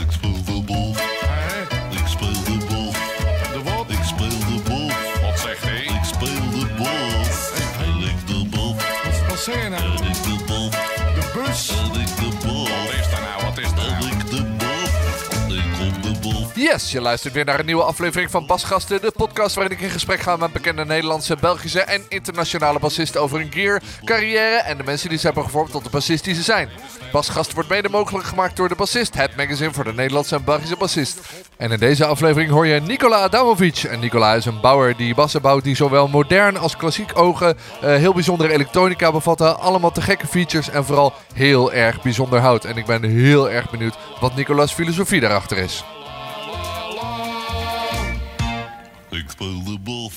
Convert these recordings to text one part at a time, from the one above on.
speel de bal. Ik speel de bal. De wat? Ik speel de bal. Wat zegt hij? Ik speel de bal. Hij ligt de bal. Wat zeg je nou? En ik de bal. De bus? En ik de bal. Wat is daar nou? Wat is daar En nou? ik de bal. Ik op de bal. Yes, je luistert weer naar een nieuwe aflevering van Basgasten, de podcast waarin ik in gesprek ga met bekende Nederlandse, Belgische en internationale bassisten over hun gear, carrière en de mensen die ze hebben gevormd tot de bassist die ze zijn. Basgasten wordt mede mogelijk gemaakt door De Bassist, het magazine voor de Nederlandse en Belgische bassist. En in deze aflevering hoor je Nikola Adamovic. En Nikola is een bouwer die bassen bouwt die zowel modern als klassiek ogen, heel bijzondere elektronica bevatten, allemaal te gekke features en vooral heel erg bijzonder hout. En ik ben heel erg benieuwd wat Nicola's filosofie daarachter is. Ik speel de bal.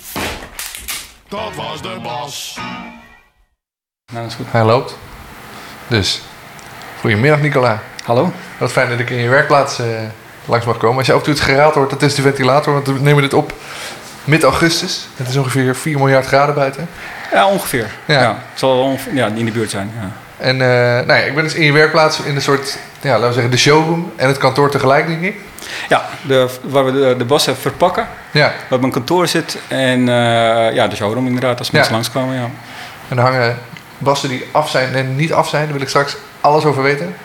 Dat was de bas. Nou, dat is goed. Hij loopt. Dus, goedemiddag Nicola. Hallo? Wat fijn dat ik in je werkplaats langs mag komen. Als je af en toe het geraad hoort, dat is de ventilator. Want we nemen dit op mid-augustus. Het is ongeveer 4 miljard graden buiten. Ja, ongeveer. Ja. Ja. Het zal wel in de buurt zijn. Ja. En nou ja, ik ben dus in je werkplaats in een soort, ja, laten we zeggen, de showroom en het kantoor tegelijk, denk ik. Ja, waar we de bassen verpakken. Ja, Waar mijn kantoor zit. En de showroom inderdaad, als mensen langskomen. Ja. en er hangen bassen die af zijn en niet af zijn. Daar wil ik straks alles over weten.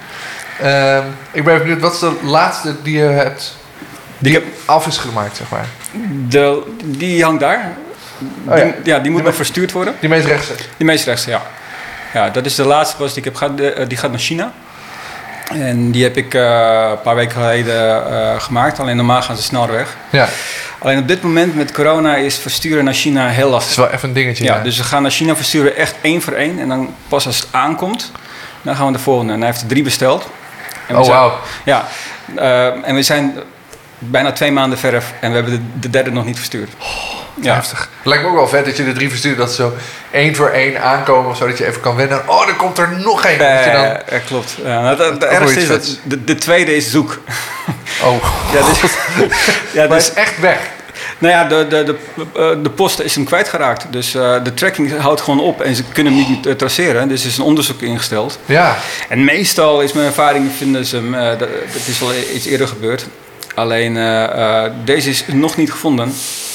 Ik ben even benieuwd, wat is de laatste die je hebt, die af is gemaakt, zeg maar? Die hangt daar. Oh, ja. Die moet nog verstuurd worden. Die meest rechtse. Die meest rechtse, ja. Ja, dat is de laatste bas die ik heb gehad. Die gaat naar China. En die heb ik een paar weken geleden gemaakt. Alleen normaal gaan ze sneller weg. Ja, Alleen op dit moment met corona is versturen naar China heel dat lastig. is wel even een dingetje. Ja, dus we gaan naar China versturen echt 1 voor 1. En dan pas als het aankomt, dan gaan we de volgende. En hij heeft er 3 besteld. En we Oh, zijn- wauw. Ja, en we zijn bijna 2 maanden verder en we hebben de derde nog niet verstuurd. Ja. Heftig. Het lijkt me ook wel vet dat je de 3 verstuurt, dat ze zo 1 voor 1 aankomen of zo, dat je even kan wennen. Oh, er komt er nog één. Dat je dan... Klopt. Ja, het ergste is dat de tweede is zoek. Oh, Ja, dus, ja, maar dus, het is echt weg. nou ja, de post is hem kwijtgeraakt. Dus de tracking houdt gewoon op en ze kunnen hem niet meer traceren. Dus er is een onderzoek ingesteld. Ja, En meestal is mijn ervaring, vinden ze hem, dat is wel iets eerder gebeurd. Alleen deze is nog niet gevonden.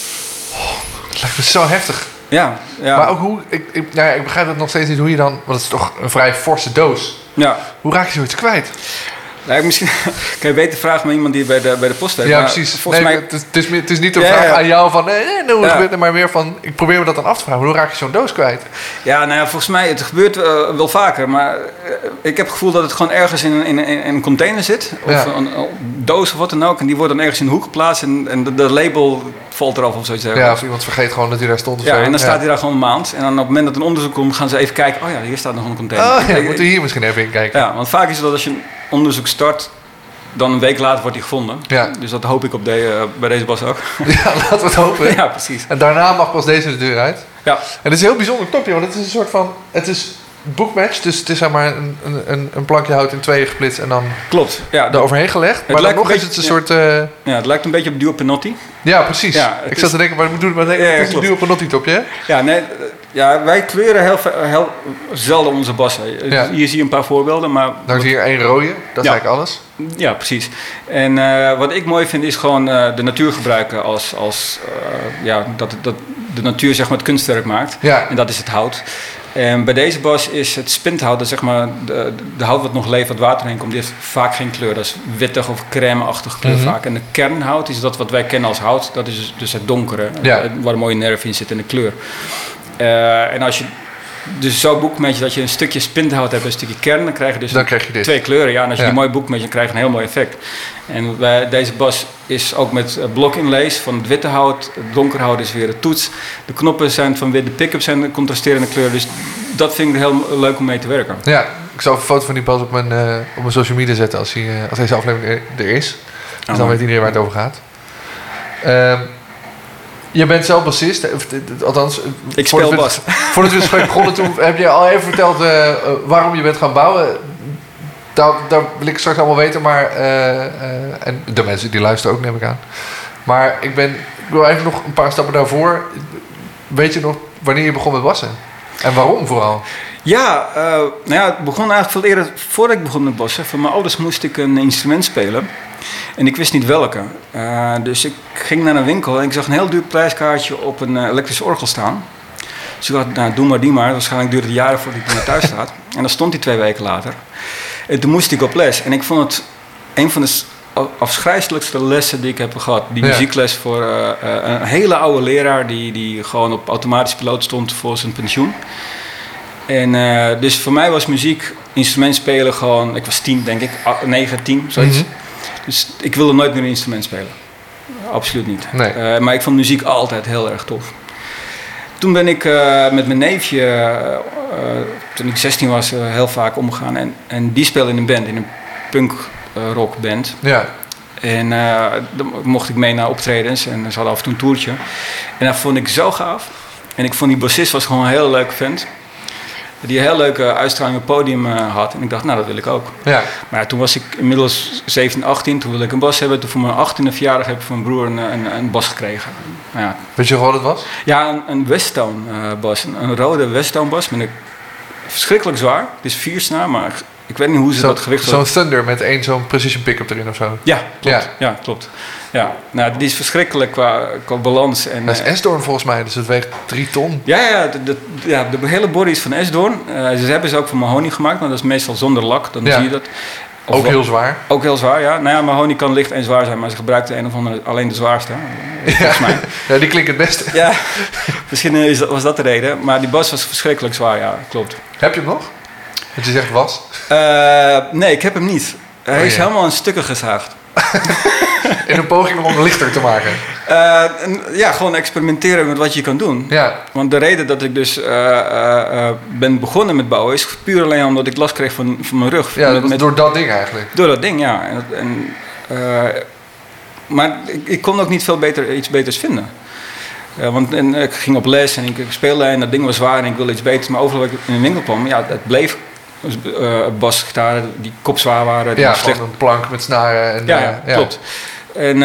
het lijkt me zo heftig. Ja. Maar ook hoe, ik begrijp het nog steeds niet hoe je dan, want het is toch een vrij forse doos. Ja. Hoe raak je zoiets kwijt? Nou, misschien kan je beter vragen met iemand die bij de post werkt. Ja, maar precies. Volgens mij, Het is niet een Ja, vraag ja. aan jou van, hoe Ja. gebeurt het, maar meer van, ik probeer me dat dan af te vragen. Hoe raak je zo'n doos kwijt? ja, nou ja, volgens mij, het gebeurt wel vaker. Maar ik heb het gevoel dat het gewoon ergens in een container zit. Of Ja. een doos of wat dan ook. En die wordt dan ergens in de hoek geplaatst. En de label valt eraf of zoiets Ja, dergelijks. of iemand vergeet gewoon dat hij daar stond of Ja, zo. en dan staat hij daar gewoon een maand. En dan op het moment dat een onderzoek komt, gaan ze even kijken. Oh ja, hier staat nog een container. Oh ja, moeten we hier misschien even in kijken. Ja, want vaak is het dat als je een onderzoek start, dan een week later wordt die gevonden. Ja. Dus dat hoop ik bij deze bas ook. Ja, laten we het hopen. Ja, precies. En daarna mag pas deze de deur uit. Ja, En het is een heel bijzonder topje, want het is een soort van, het is bookmatch, dus het is zeg maar een plankje hout in 2 gesplitst en dan klopt. Ja, daar overheen gelegd. Maar dan lijkt nog een is het een beetje- soort, ja, het lijkt een beetje op Duo Penotti. ja precies. Ja, het ik is- zat te denken, maar ik moet maar denken, Ja, het is een klopt. duo Panotti topje, hè? Ja, nee, ja, wij kleuren heel zelden onze bassen. Ja. Hier zie je een paar voorbeelden, maar Dan is hier 1 rode, dat is Ja. eigenlijk alles. ja, precies. En wat ik mooi vind is gewoon de natuur gebruiken als dat de natuur zeg maar het kunstwerk maakt. Ja. En dat is het hout. En bij deze bas is het spinthout, dat zeg maar de hout wat nog leeft, wat water heen komt, die heeft vaak geen kleur. Dat is wittig of crème-achtige kleur vaak. En de kernhout is dat wat wij kennen als hout, dat is dus het donkere, Ja. waar een mooie nerve in zit en de kleur. En als je dus zo boekmetje dat je een stukje spinthout hebt en een stukje kern, dan krijg je dus Dan krijg je dit. 2 kleuren. Ja, en als je Ja. die mooi boekmetje, dan krijg je een heel mooi effect. En deze bas is ook met block inlays van het witte hout. Het donkere hout is weer de toets. De knoppen zijn van wit, de pick-ups zijn de contrasterende kleur. Dus dat vind ik heel leuk om mee te werken. Ja, ik zal een foto van die pas op mijn social media zetten als deze aflevering er is. Dus dan weet iedereen waar het over gaat. Je bent zelf bassist, althans... Ik speel bas. Voordat we het gesprek begonnen, toen heb je al even verteld waarom je bent gaan bouwen. Daar wil ik straks allemaal weten, maar... en de mensen die luisteren ook, neem ik aan. Maar ik wil even nog een paar stappen daarvoor. Weet je nog wanneer je begon met bassen? En waarom vooral? Ja, het begon eigenlijk veel eerder voordat ik begon met bassen. Van mijn ouders moest ik een instrument spelen. En ik wist niet welke. Dus ik ging naar een winkel en ik zag een heel duur prijskaartje op een elektrisch orgel staan. Dus ik dacht, nou doe maar die maar. Waarschijnlijk duurt het jaren voordat die naar thuis staat. En dan stond hij 2 weken later. En toen moest ik op les. En ik vond het een van de afschrijfelijkste lessen die ik heb gehad. Die muziekles voor een hele oude leraar die gewoon op automatisch piloot stond voor zijn pensioen. En dus voor mij was muziek, instrument spelen gewoon... Ik was 10 denk ik, 9, 10, zoiets. Mm-hmm. Dus ik wilde nooit meer een instrument spelen. Absoluut niet. Nee. Maar ik vond muziek altijd heel erg tof. Toen ben ik met mijn neefje, toen ik 16 was, heel vaak omgegaan. En die speelde in een band, in een punk rockband. Ja. En dan mocht ik mee naar optredens en ze hadden af en toe een toertje. En dat vond ik zo gaaf. En ik vond die bassist was gewoon een heel leuke vent. Die een heel leuke uitstraling op het podium had. En ik dacht, nou dat wil ik ook. Ja. Maar ja, toen was ik inmiddels 17, 18. Toen wilde ik een bas hebben. Toen voor mijn 18e verjaardag heb ik van mijn broer een bas gekregen. Nou ja. Weet je wat het was? Ja, een Westone bas. Een rode Westone bas. Met een verschrikkelijk zwaar. Het is 4 snaar, maar ik weet niet hoe ze dat gewicht hadden. Zo'n Thunder met zo'n precision pick-up erin of zo? Ja, klopt. Ja, klopt. Ja, nou, die is verschrikkelijk qua balans. En, dat is S-Doorn volgens mij, dus het weegt 3 ton. Ja, de hele body is van S-Doorn. Ze hebben ze ook van mahogany gemaakt, maar dat is meestal zonder lak, dan zie je dat. Ook heel zwaar? Ook heel zwaar, ja. Nou ja, mahogany kan licht en zwaar zijn, maar ze gebruikten een of andere alleen de zwaarste. Volgens mij. Ja, die klinkt het beste. Ja, misschien was dat de reden. Maar die bas was verschrikkelijk zwaar, ja, klopt. Heb je hem nog? Dat je zegt was? Nee, ik heb hem niet. Hij is helemaal in stukken gezaagd. In een poging om hem lichter te maken? Ja, gewoon experimenteren met wat je kan doen. Ja. Want de reden dat ik dus ben begonnen met bouwen is puur alleen omdat ik last kreeg van mijn rug. Ja, door dat ding eigenlijk? Door dat ding, ja. Maar ik kon ook niet iets beters vinden. Want ik ging op les en ik speelde en dat ding was zwaar en ik wilde iets beters. Maar overal waar ik in een winkel kwam, ja, het bleef basgitaren die kopzwaar waren. Die slecht een plank met snaren. En, ja, klopt. En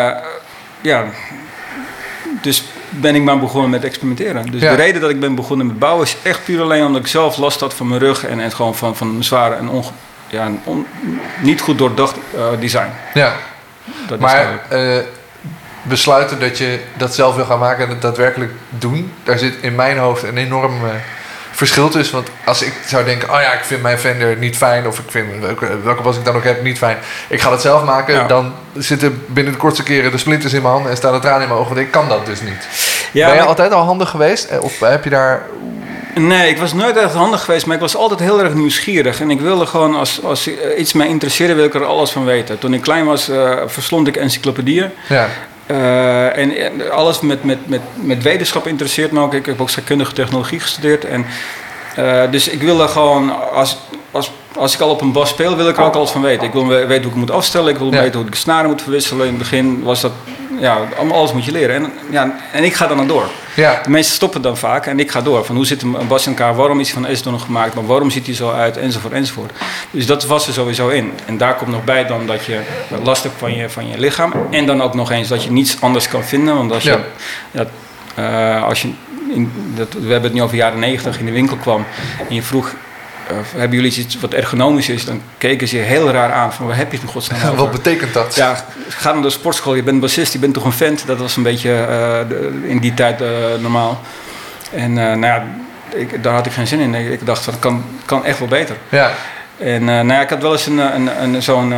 dus ben ik maar begonnen met experimenteren. Dus de reden dat ik ben begonnen met bouwen is echt puur alleen omdat ik zelf last had van mijn rug en gewoon van zware en niet goed doordacht design. Ja, dat maar besluiten dat je dat zelf wil gaan maken en het daadwerkelijk doen, daar zit in mijn hoofd een enorm verschil tussen. Want als ik zou denken, oh ja, ik vind mijn Fender niet fijn, of ik vind welke bas ik dan ook heb niet fijn, ik ga dat zelf maken, dan zitten binnen de kortste keren de splinters in mijn handen en staan de tranen in mijn ogen, want ik kan dat dus niet. Ja, ben je altijd al handig geweest? Of heb je daar... Nee, ik was nooit echt handig geweest, maar ik was altijd heel erg nieuwsgierig. En ik wilde gewoon, als iets mij interesseerde, wil ik er alles van weten. Toen ik klein was, verslond ik encyclopedieën. Ja. En alles met wetenschap interesseert me ook. Ik heb ook scheikundige technologie gestudeerd. En, dus ik wilde gewoon, als ik al op een bas speel, wil ik er ook alles van weten. Ik wil weten hoe ik moet afstellen. Ik wil weten hoe ik de snaren moet verwisselen. In het begin was dat, alles moet je leren. En ik ga dan door. Ja. De meesten stoppen dan vaak en ik ga door. Van hoe zit een bas in elkaar? Waarom is hij van S-Doorn gemaakt? Maar waarom ziet hij zo uit? Enzovoort. Dus dat was er sowieso in. En daar komt nog bij dan dat je last hebt van je lichaam. En dan ook nog eens dat je niets anders kan vinden. Want als je... we hebben het nu over jaren 90 in de winkel kwam en je vroeg, hebben jullie iets wat ergonomisch is, dan keken ze je heel raar aan van waar heb je het in godsnaam over? Wat betekent dat? Ja, ga naar de sportschool, je bent bassist, je bent toch een vent? Dat was een beetje in die tijd normaal. En daar had ik geen zin in. Ik dacht van, het kan echt wel beter. Ja. En ik had wel eens zo'n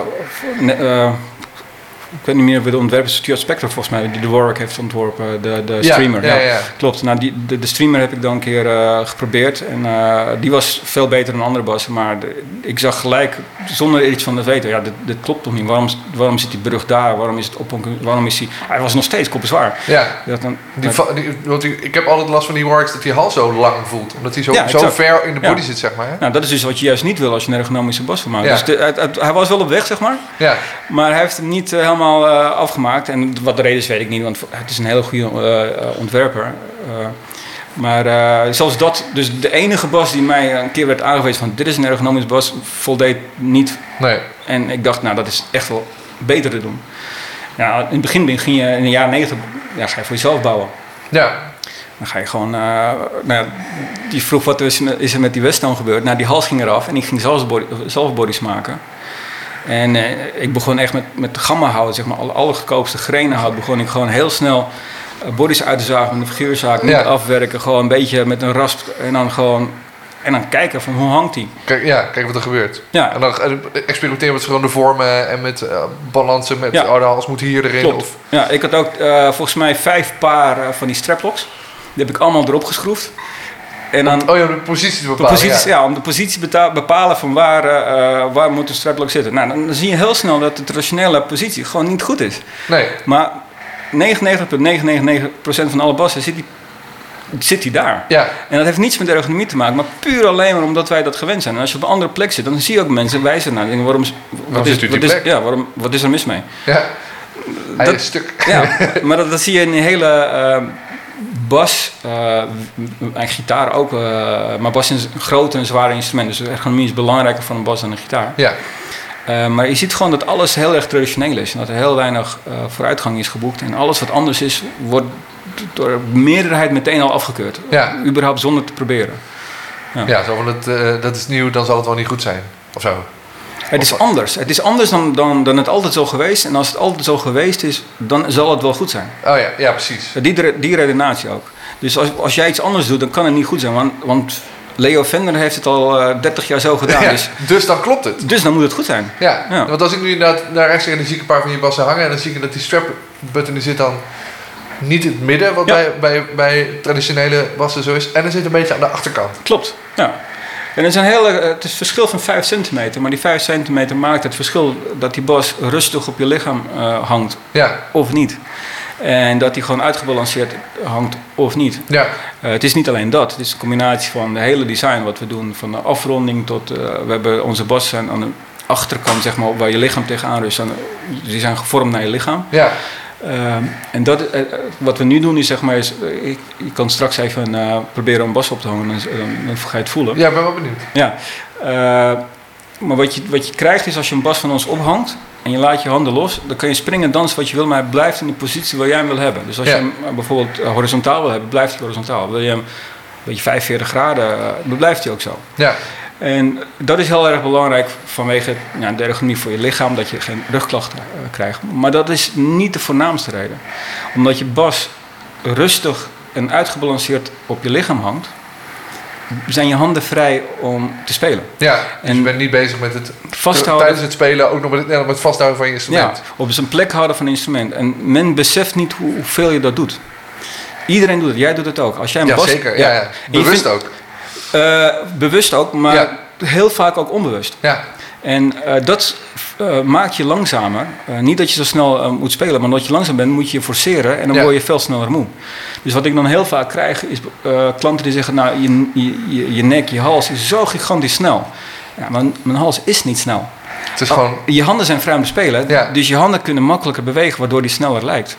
ik weet niet meer wie de ontwerper is, Stuart Spector volgens mij, die de Warwick heeft ontworpen, de streamer. Ja. Klopt. Nou, de streamer heb ik dan een keer geprobeerd en die was veel beter dan andere bassen, maar ik zag gelijk, zonder iets van te weten, dit klopt toch niet, waarom zit die brug daar, waarom is het waarom is hij was nog steeds koppenzwaar. Ja. Want ik heb altijd last van die Warwicks dat die hals zo lang voelt, omdat hij zo ver in de body zit, zeg maar. Hè? Nou, dat is dus wat je juist niet wil als je een ergonomische bas wil maken. Ja. Dus hij was wel op weg, zeg maar, maar hij heeft hem niet helemaal afgemaakt. En wat de reden is, weet ik niet, want het is een hele goede ontwerper. Maar zelfs dat, dus de enige bas die mij een keer werd aangewezen van dit is een ergonomisch bas, voldeed niet. Nee. En ik dacht, dat is echt wel beter te doen. Ja, in het begin ging je in de jaren 90, ga je voor jezelf bouwen. Ja. Dan ga je gewoon, die vroeg wat is er met die Westone gebeurd. Die hals ging eraf en ik ging zelf bodies maken. En ik begon echt met gammahout, zeg maar, allergoedkoopste grenenhout, begon ik gewoon heel snel bodies uit te zagen met een figuurzaak, niet afwerken, gewoon een beetje met een rasp en dan kijken van hoe hangt die. Kijk wat er gebeurt. Ja. En dan experimenteren met verschillende vormen en met balansen, met de hals moet hier erin. Klopt. Of... Ja, ik had ook volgens mij 5 paar van die straplocks. Die heb ik allemaal erop geschroefd. En dan, de positie te bepalen. Om de positie te bepalen van waar moet de straplock zitten. Nou, dan zie je heel snel dat de traditionele positie gewoon niet goed is. Nee. Maar 99,999% van alle bassen zit die daar. Ja. En dat heeft niets met ergonomie te maken, maar puur alleen maar omdat wij dat gewend zijn. En als je op een andere plek zit, dan zie je ook mensen wijzen naar dingen. Wat is er mis mee? Ja. Hij is stuk. Ja, maar dat zie je in een hele bas, en gitaar ook, maar bas is een groot en zwaar instrument, dus ergonomie is belangrijker voor een bas dan een gitaar. Ja. Maar je ziet gewoon dat alles heel erg traditioneel is en dat er heel weinig vooruitgang is geboekt en alles wat anders is, wordt door de meerderheid meteen al afgekeurd. Ja. Überhaupt zonder te proberen. Ja, zo van dat is nieuw, dan zal het wel niet goed zijn. Of zo. Het is anders. Het is anders dan het altijd zo geweest. En als het altijd zo geweest is, dan zal het wel goed zijn. Oh ja, precies. Die redenatie ook. Dus als jij iets anders doet, dan kan het niet goed zijn. Want Leo Fender heeft het al 30 jaar zo gedaan. Ja, dus dan klopt het. Dus dan moet het goed zijn. Ja. Want als ik nu naar rechts ga en dan zie ik een paar van je bassen hangen. En dan zie ik dat die strap button die zit dan niet in het midden. Wat bij traditionele bassen zo is. En dan zit een beetje aan de achterkant. Klopt, ja. En het is een verschil van 5 centimeter. Maar die 5 centimeter maakt het verschil dat die bas rustig op je lichaam hangt. Ja. Of niet. En dat die gewoon uitgebalanceerd hangt of niet. Ja. Het is niet alleen dat. Het is een combinatie van de hele design wat we doen. Van de afronding tot... we hebben onze bas zijn aan de achterkant, zeg maar, waar je lichaam tegenaan rust. Die zijn gevormd naar je lichaam. Ja. En wat we nu doen is, zeg maar, je kan straks even proberen een bas op te hangen en dan ga je het voelen. Ja, ik ben wel benieuwd. Ja. Maar wat je krijgt is als je een bas van ons ophangt en je laat je handen los, dan kan je springen en dansen wat je wil, maar hij blijft in de positie waar jij hem wil hebben. Dus als je hem bijvoorbeeld horizontaal wil hebben, blijft hij horizontaal. Wil je hem een beetje 45 graden, dan blijft hij ook zo. Ja. En dat is heel erg belangrijk vanwege de ergonomie voor je lichaam, dat je geen rugklachten krijgt. Maar dat is niet de voornaamste reden. Omdat je bas rustig en uitgebalanceerd op je lichaam hangt, zijn je handen vrij om te spelen. Ja, dus je bent niet bezig met het vasthouden tijdens het spelen, ook nog met het vasthouden van je instrument. Ja, op zijn plek houden van een instrument. En men beseft niet hoeveel je dat doet. Iedereen doet het, jij doet het ook. Als jij een bas, zeker. Ja. Bewust ook. Bewust ook, maar heel vaak ook onbewust. Ja. En dat maakt je langzamer. Niet dat je zo snel moet spelen, maar omdat je langzaam bent, moet je je forceren en dan word je veel sneller moe. Dus wat ik dan heel vaak krijg, is klanten die zeggen, nou, je nek, je hals is zo gigantisch snel. Ja, maar mijn hals is niet snel. Het is gewoon... Je handen zijn vrij om te spelen, dus je handen kunnen makkelijker bewegen, waardoor die sneller lijkt.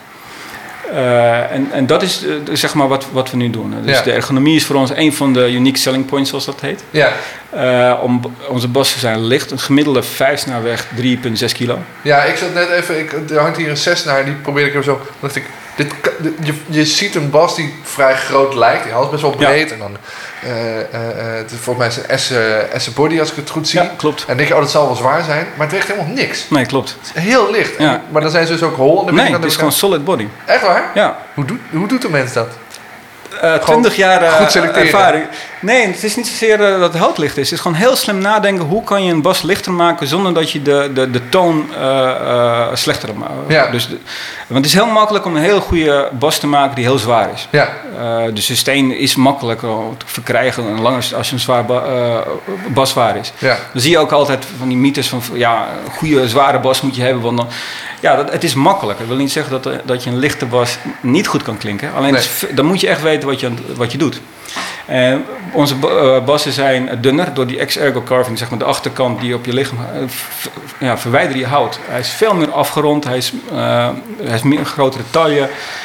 En dat is zeg maar wat we nu doen. Dus de ergonomie is voor ons een van de unique selling points, zoals dat heet. Ja. Onze bassen zijn licht. Een gemiddelde 5-snaarweg 3,6 kilo. Ja, ik zat net even... Er hangt hier een 6-snaar, die probeer ik even zo... Dacht ik, je ziet een bas die vrij groot lijkt. Die hals best wel breed. En dan, het is volgens mij een S-body als ik het goed zie. Ja, klopt. En dan denk je, dat zal wel zwaar zijn. Maar het weegt helemaal niks. Nee, klopt. Het is heel licht. Ja. Maar dan zijn ze dus ook hol. Nee, het is gewoon solid body. Echt waar? Ja. Hoe doet de mens dat? 20 jaar goed selecteren. Ervaring. Nee, het is niet zozeer dat het houtlicht is. Het is gewoon heel slim nadenken. Hoe kan je een bas lichter maken zonder dat je de toon slechter maakt. Ja. Want het is heel makkelijk om een heel goede bas te maken die heel zwaar is. Ja. Dus de steen is makkelijk te verkrijgen als je een zwaar bas zwaar is. Ja. Dan zie je ook altijd van die mythes van een goede zware bas moet je hebben. Want dan, het is makkelijk. Dat wil niet zeggen dat je een lichte bas niet goed kan klinken. Alleen dan moet je echt weten wat je doet. Onze bassen zijn dunner door die ex-ergo carving, zeg maar de achterkant die op je lichaam verwijder je hout. Hij is veel meer afgerond, hij is meer een grotere taille.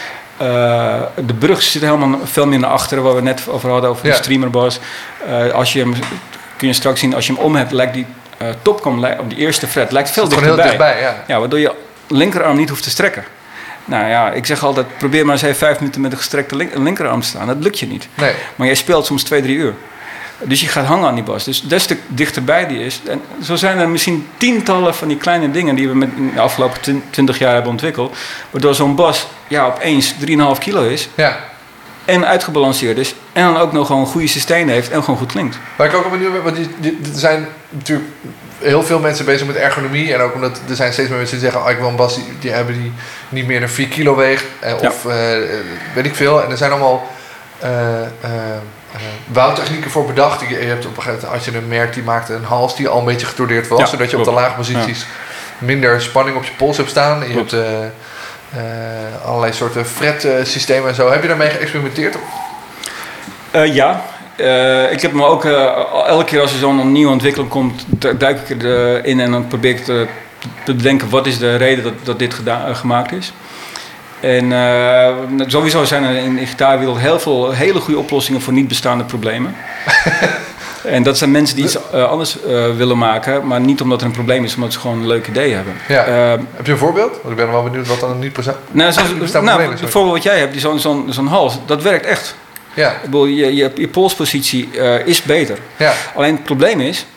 De brug zit helemaal veel meer naar achteren, waar we net over hadden, over de streamerbas. Kun je straks zien, als je hem om hebt, lijkt die topkom op die eerste fret lijkt veel dichterbij. Waardoor je linkerarm niet hoeft te strekken. Nou ja, ik zeg altijd, probeer maar eens even 5 minuten met een gestrekte linkerarm te staan. Dat lukt je niet. Nee. Maar jij speelt soms 2-3 uur. Dus je gaat hangen aan die bas. Dus des te dichterbij die is. En zo zijn er misschien tientallen van die kleine dingen die we in de afgelopen 20 jaar hebben ontwikkeld. Waardoor zo'n bas opeens 3,5 kilo is. Ja. En uitgebalanceerd is. En dan ook nog gewoon een goede sustain heeft en gewoon goed klinkt. Waar ik ook benieuwd ben, want er zijn natuurlijk heel veel mensen bezig met ergonomie. En ook omdat er zijn steeds meer mensen die zeggen, ik wil een bas die hebben die niet meer dan 4 kilo weegt. Of weet ik veel. En er zijn allemaal bouwtechnieken voor bedacht. Je hebt op een gegeven moment, als je een merk die maakte een hals die al een beetje getordeerd was. Zodat je op de lage posities minder spanning op je pols hebt staan. Je hebt allerlei soorten fret-systemen en zo. Heb je daarmee geëxperimenteerd? Ja. Ik heb me ook elke keer als er zo'n nieuwe ontwikkeling komt, duik ik erin en dan probeer ik te bedenken wat is de reden dat dit gemaakt is. En sowieso zijn er in de gitaarwereld heel veel hele goede oplossingen voor niet bestaande problemen. En dat zijn mensen die iets anders willen maken, maar niet omdat er een probleem is, omdat ze gewoon een leuk idee hebben. Ja. Heb je een voorbeeld? Want ik ben wel benieuwd wat dan een niet bestaande probleem is. Het voorbeeld wat jij hebt, zo'n hals, dat werkt echt. Ja. Ik bedoel, je polspositie is beter. Ja. Alleen het probleem is,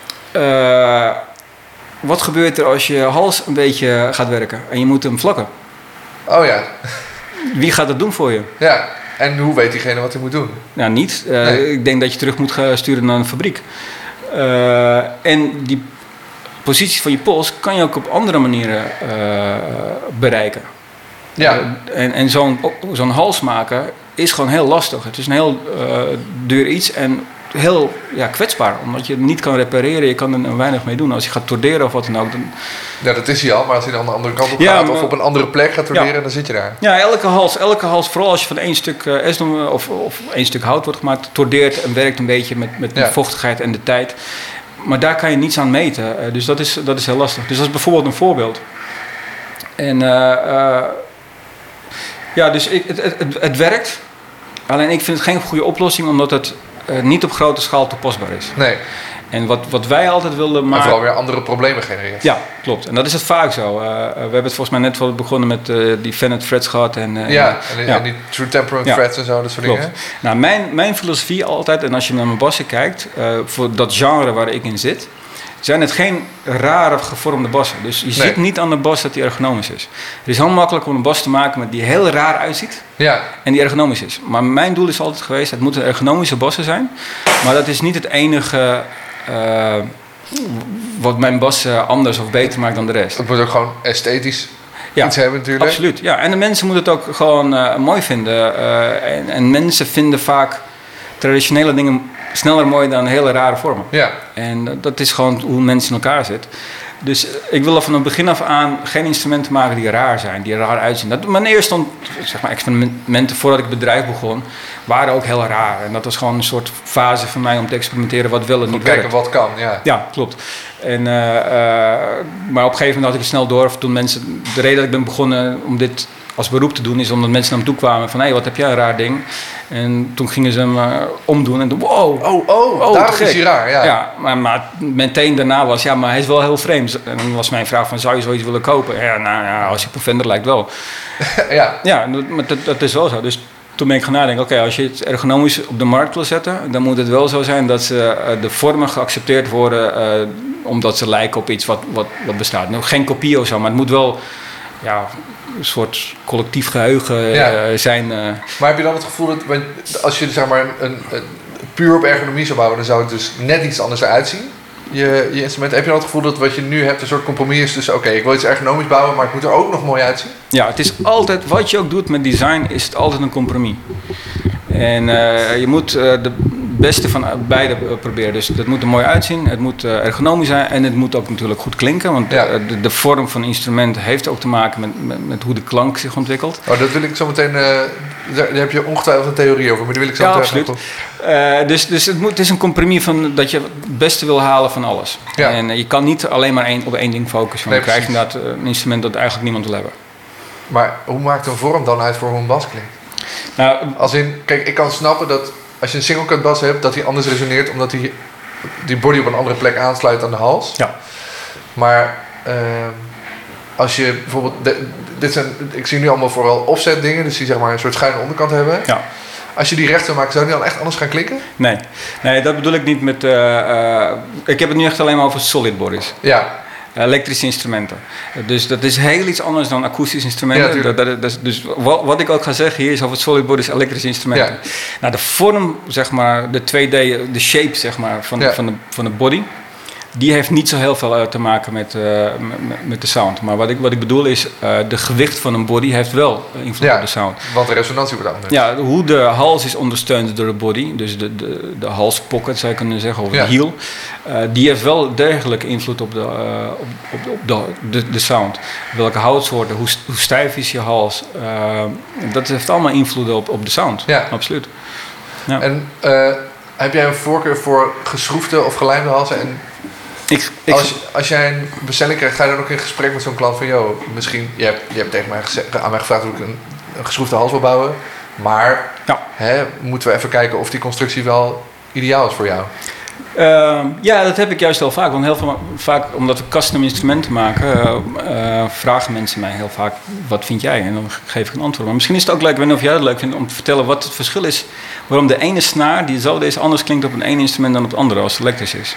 wat gebeurt er als je hals een beetje gaat werken en je moet hem vlakken? Oh ja. Wie gaat dat doen voor je? Ja. En hoe weet diegene wat hij moet doen? Nou, niet. Nee. Ik denk dat je terug moet gaan sturen naar een fabriek. En die positie van je pols kan je ook op andere manieren bereiken. Ja. En zo'n hals maken is gewoon heel lastig. Het is een heel duur iets en heel kwetsbaar. Omdat je het niet kan repareren, je kan er weinig mee doen. Als je gaat torderen of wat dan ook. Ja, dat is hij al. Maar als hij dan de andere kant op gaat of op een andere plek gaat torderen, dan zit je daar. Ja, elke hals, vooral als je van één stuk esdom of één stuk hout wordt gemaakt, tordeert en werkt een beetje met de vochtigheid en de tijd. Maar daar kan je niets aan meten. Dus dat is heel lastig. Dus dat is bijvoorbeeld een voorbeeld. En dus het werkt. Alleen ik vind het geen goede oplossing, omdat het niet op grote schaal toepasbaar is. Nee. En wat wij altijd wilden maken... En vooral weer andere problemen genereren. Ja, klopt. En dat is het vaak zo. We hebben het volgens mij net wel begonnen met die Fennett frets gehad. En die True Temperament frets en zo, dat soort dingen. Nou, mijn filosofie altijd, en als je naar mijn bassen kijkt, voor dat genre waar ik in zit, zijn het geen rare gevormde bassen. Dus je ziet niet aan de bas dat die ergonomisch is. Het is heel makkelijk om een bas te maken die heel raar uitziet en die ergonomisch is. Maar mijn doel is altijd geweest, het moeten ergonomische bassen zijn. Maar dat is niet het enige wat mijn bas anders of beter maakt dan de rest. Het moet ook gewoon esthetisch iets hebben natuurlijk. Absoluut. Ja. En de mensen moeten het ook gewoon mooi vinden. En mensen vinden vaak traditionele dingen sneller mooi dan hele rare vormen. Ja. En dat is gewoon hoe mensen in elkaar zitten. Dus ik wil er van het begin af aan geen instrumenten maken die raar zijn, die raar uitzien. Mijn eerste experimenten voordat ik het bedrijf begon, waren ook heel raar. En dat was gewoon een soort fase van mij om te experimenteren wat wel en niet werkt. Kijken wat kan, ja. Ja, klopt. En, maar op een gegeven moment had ik het snel door. Toen mensen, de reden dat ik ben begonnen om dit als beroep te doen, is omdat mensen naar me toe kwamen van, hé, wat heb jij een raar ding? En toen gingen ze hem omdoen en toen, wow, daarom is hij raar, ja. Maar meteen daarna was, maar hij is wel heel vreemd. En dan was mijn vraag van, zou je zoiets willen kopen? Ja, als je op een Fender lijkt wel. Ja, maar dat is wel zo. Dus toen ben ik gaan nadenken, als je het ergonomisch op de markt wil zetten, dan moet het wel zo zijn dat de vormen geaccepteerd worden, omdat ze lijken op iets wat bestaat. Nou, geen kopie of zo, maar het moet wel een soort collectief geheugen zijn. Maar heb je dan het gevoel dat als je zeg maar een puur op ergonomie zou bouwen, dan zou het dus net iets anders eruit zien? Je instrument. Heb je dan het gevoel dat wat je nu hebt een soort compromis is tussen ik wil iets ergonomisch bouwen, maar het moet er ook nog mooi uitzien? Ja, het is altijd, wat je ook doet met design, is het altijd een compromis. En je moet de beste van beide proberen. Dus het moet er mooi uitzien, het moet ergonomisch zijn en het moet ook natuurlijk goed klinken. Want de vorm van een instrument heeft ook te maken met hoe de klank zich ontwikkelt. Oh, dat wil ik zo meteen... daar heb je ongetwijfeld een theorie over, maar die wil ik zo meteen... absoluut. Dus het is een compromis van dat je het beste wil halen van alles. Ja. En je kan niet alleen maar op één ding focussen. Want dan krijg je inderdaad een instrument dat eigenlijk niemand wil hebben. Maar hoe maakt een vorm dan uit voor hoe een bas klinkt? Nou, als in, kijk, ik kan snappen dat als je een single cut bas hebt, dat hij anders resoneert, omdat hij die body op een andere plek aansluit aan de hals. Ja. Maar als je bijvoorbeeld, ik zie nu allemaal vooral offset dingen, dus die zeg maar een soort schuine onderkant hebben. Ja. Als je die recht zou maken, zou die dan echt anders gaan klinken? Nee, dat bedoel ik niet met... ik heb het nu echt alleen maar over solid bodies. Ja. Elektrische instrumenten. Dus dat is heel iets anders dan akoestische instrumenten. Ja, dus wat ik ook ga zeggen hier is over solid bodies, elektrische instrumenten. Ja. Nou, de vorm, zeg maar, de 2D, de shape, zeg maar, van de body, die heeft niet zo heel veel te maken met de sound. Maar wat ik bedoel is, de gewicht van een body heeft wel invloed op de sound. Want de resonantie wordt anders. Ja, hoe de hals is ondersteund door de body, dus de halspocket zou je kunnen zeggen, of de hiel, die heeft wel degelijk invloed op de sound. Welke houtsoorten, hoe stijf is je hals, dat heeft allemaal invloed op de sound. Ja. Absoluut. Ja. En heb jij een voorkeur voor geschroefde of gelijmde halsen? En als jij een bestelling krijgt, ga je dan ook in gesprek met zo'n klant van... Joh, misschien, je hebt tegen mij aan mij gevraagd hoe ik een geschroefde hals wil bouwen. Maar moeten we even kijken of die constructie wel ideaal is voor jou? Ja, dat heb ik juist heel vaak. Want heel vaak, omdat we custom instrumenten maken, vragen mensen mij heel vaak, wat vind jij? En dan geef ik een antwoord. Maar misschien is het ook leuk, ik weet niet of jij het leuk vindt, om te vertellen wat het verschil is. Waarom de ene snaar, die zo is, anders klinkt op een ene instrument dan op het andere, als het elektrisch is.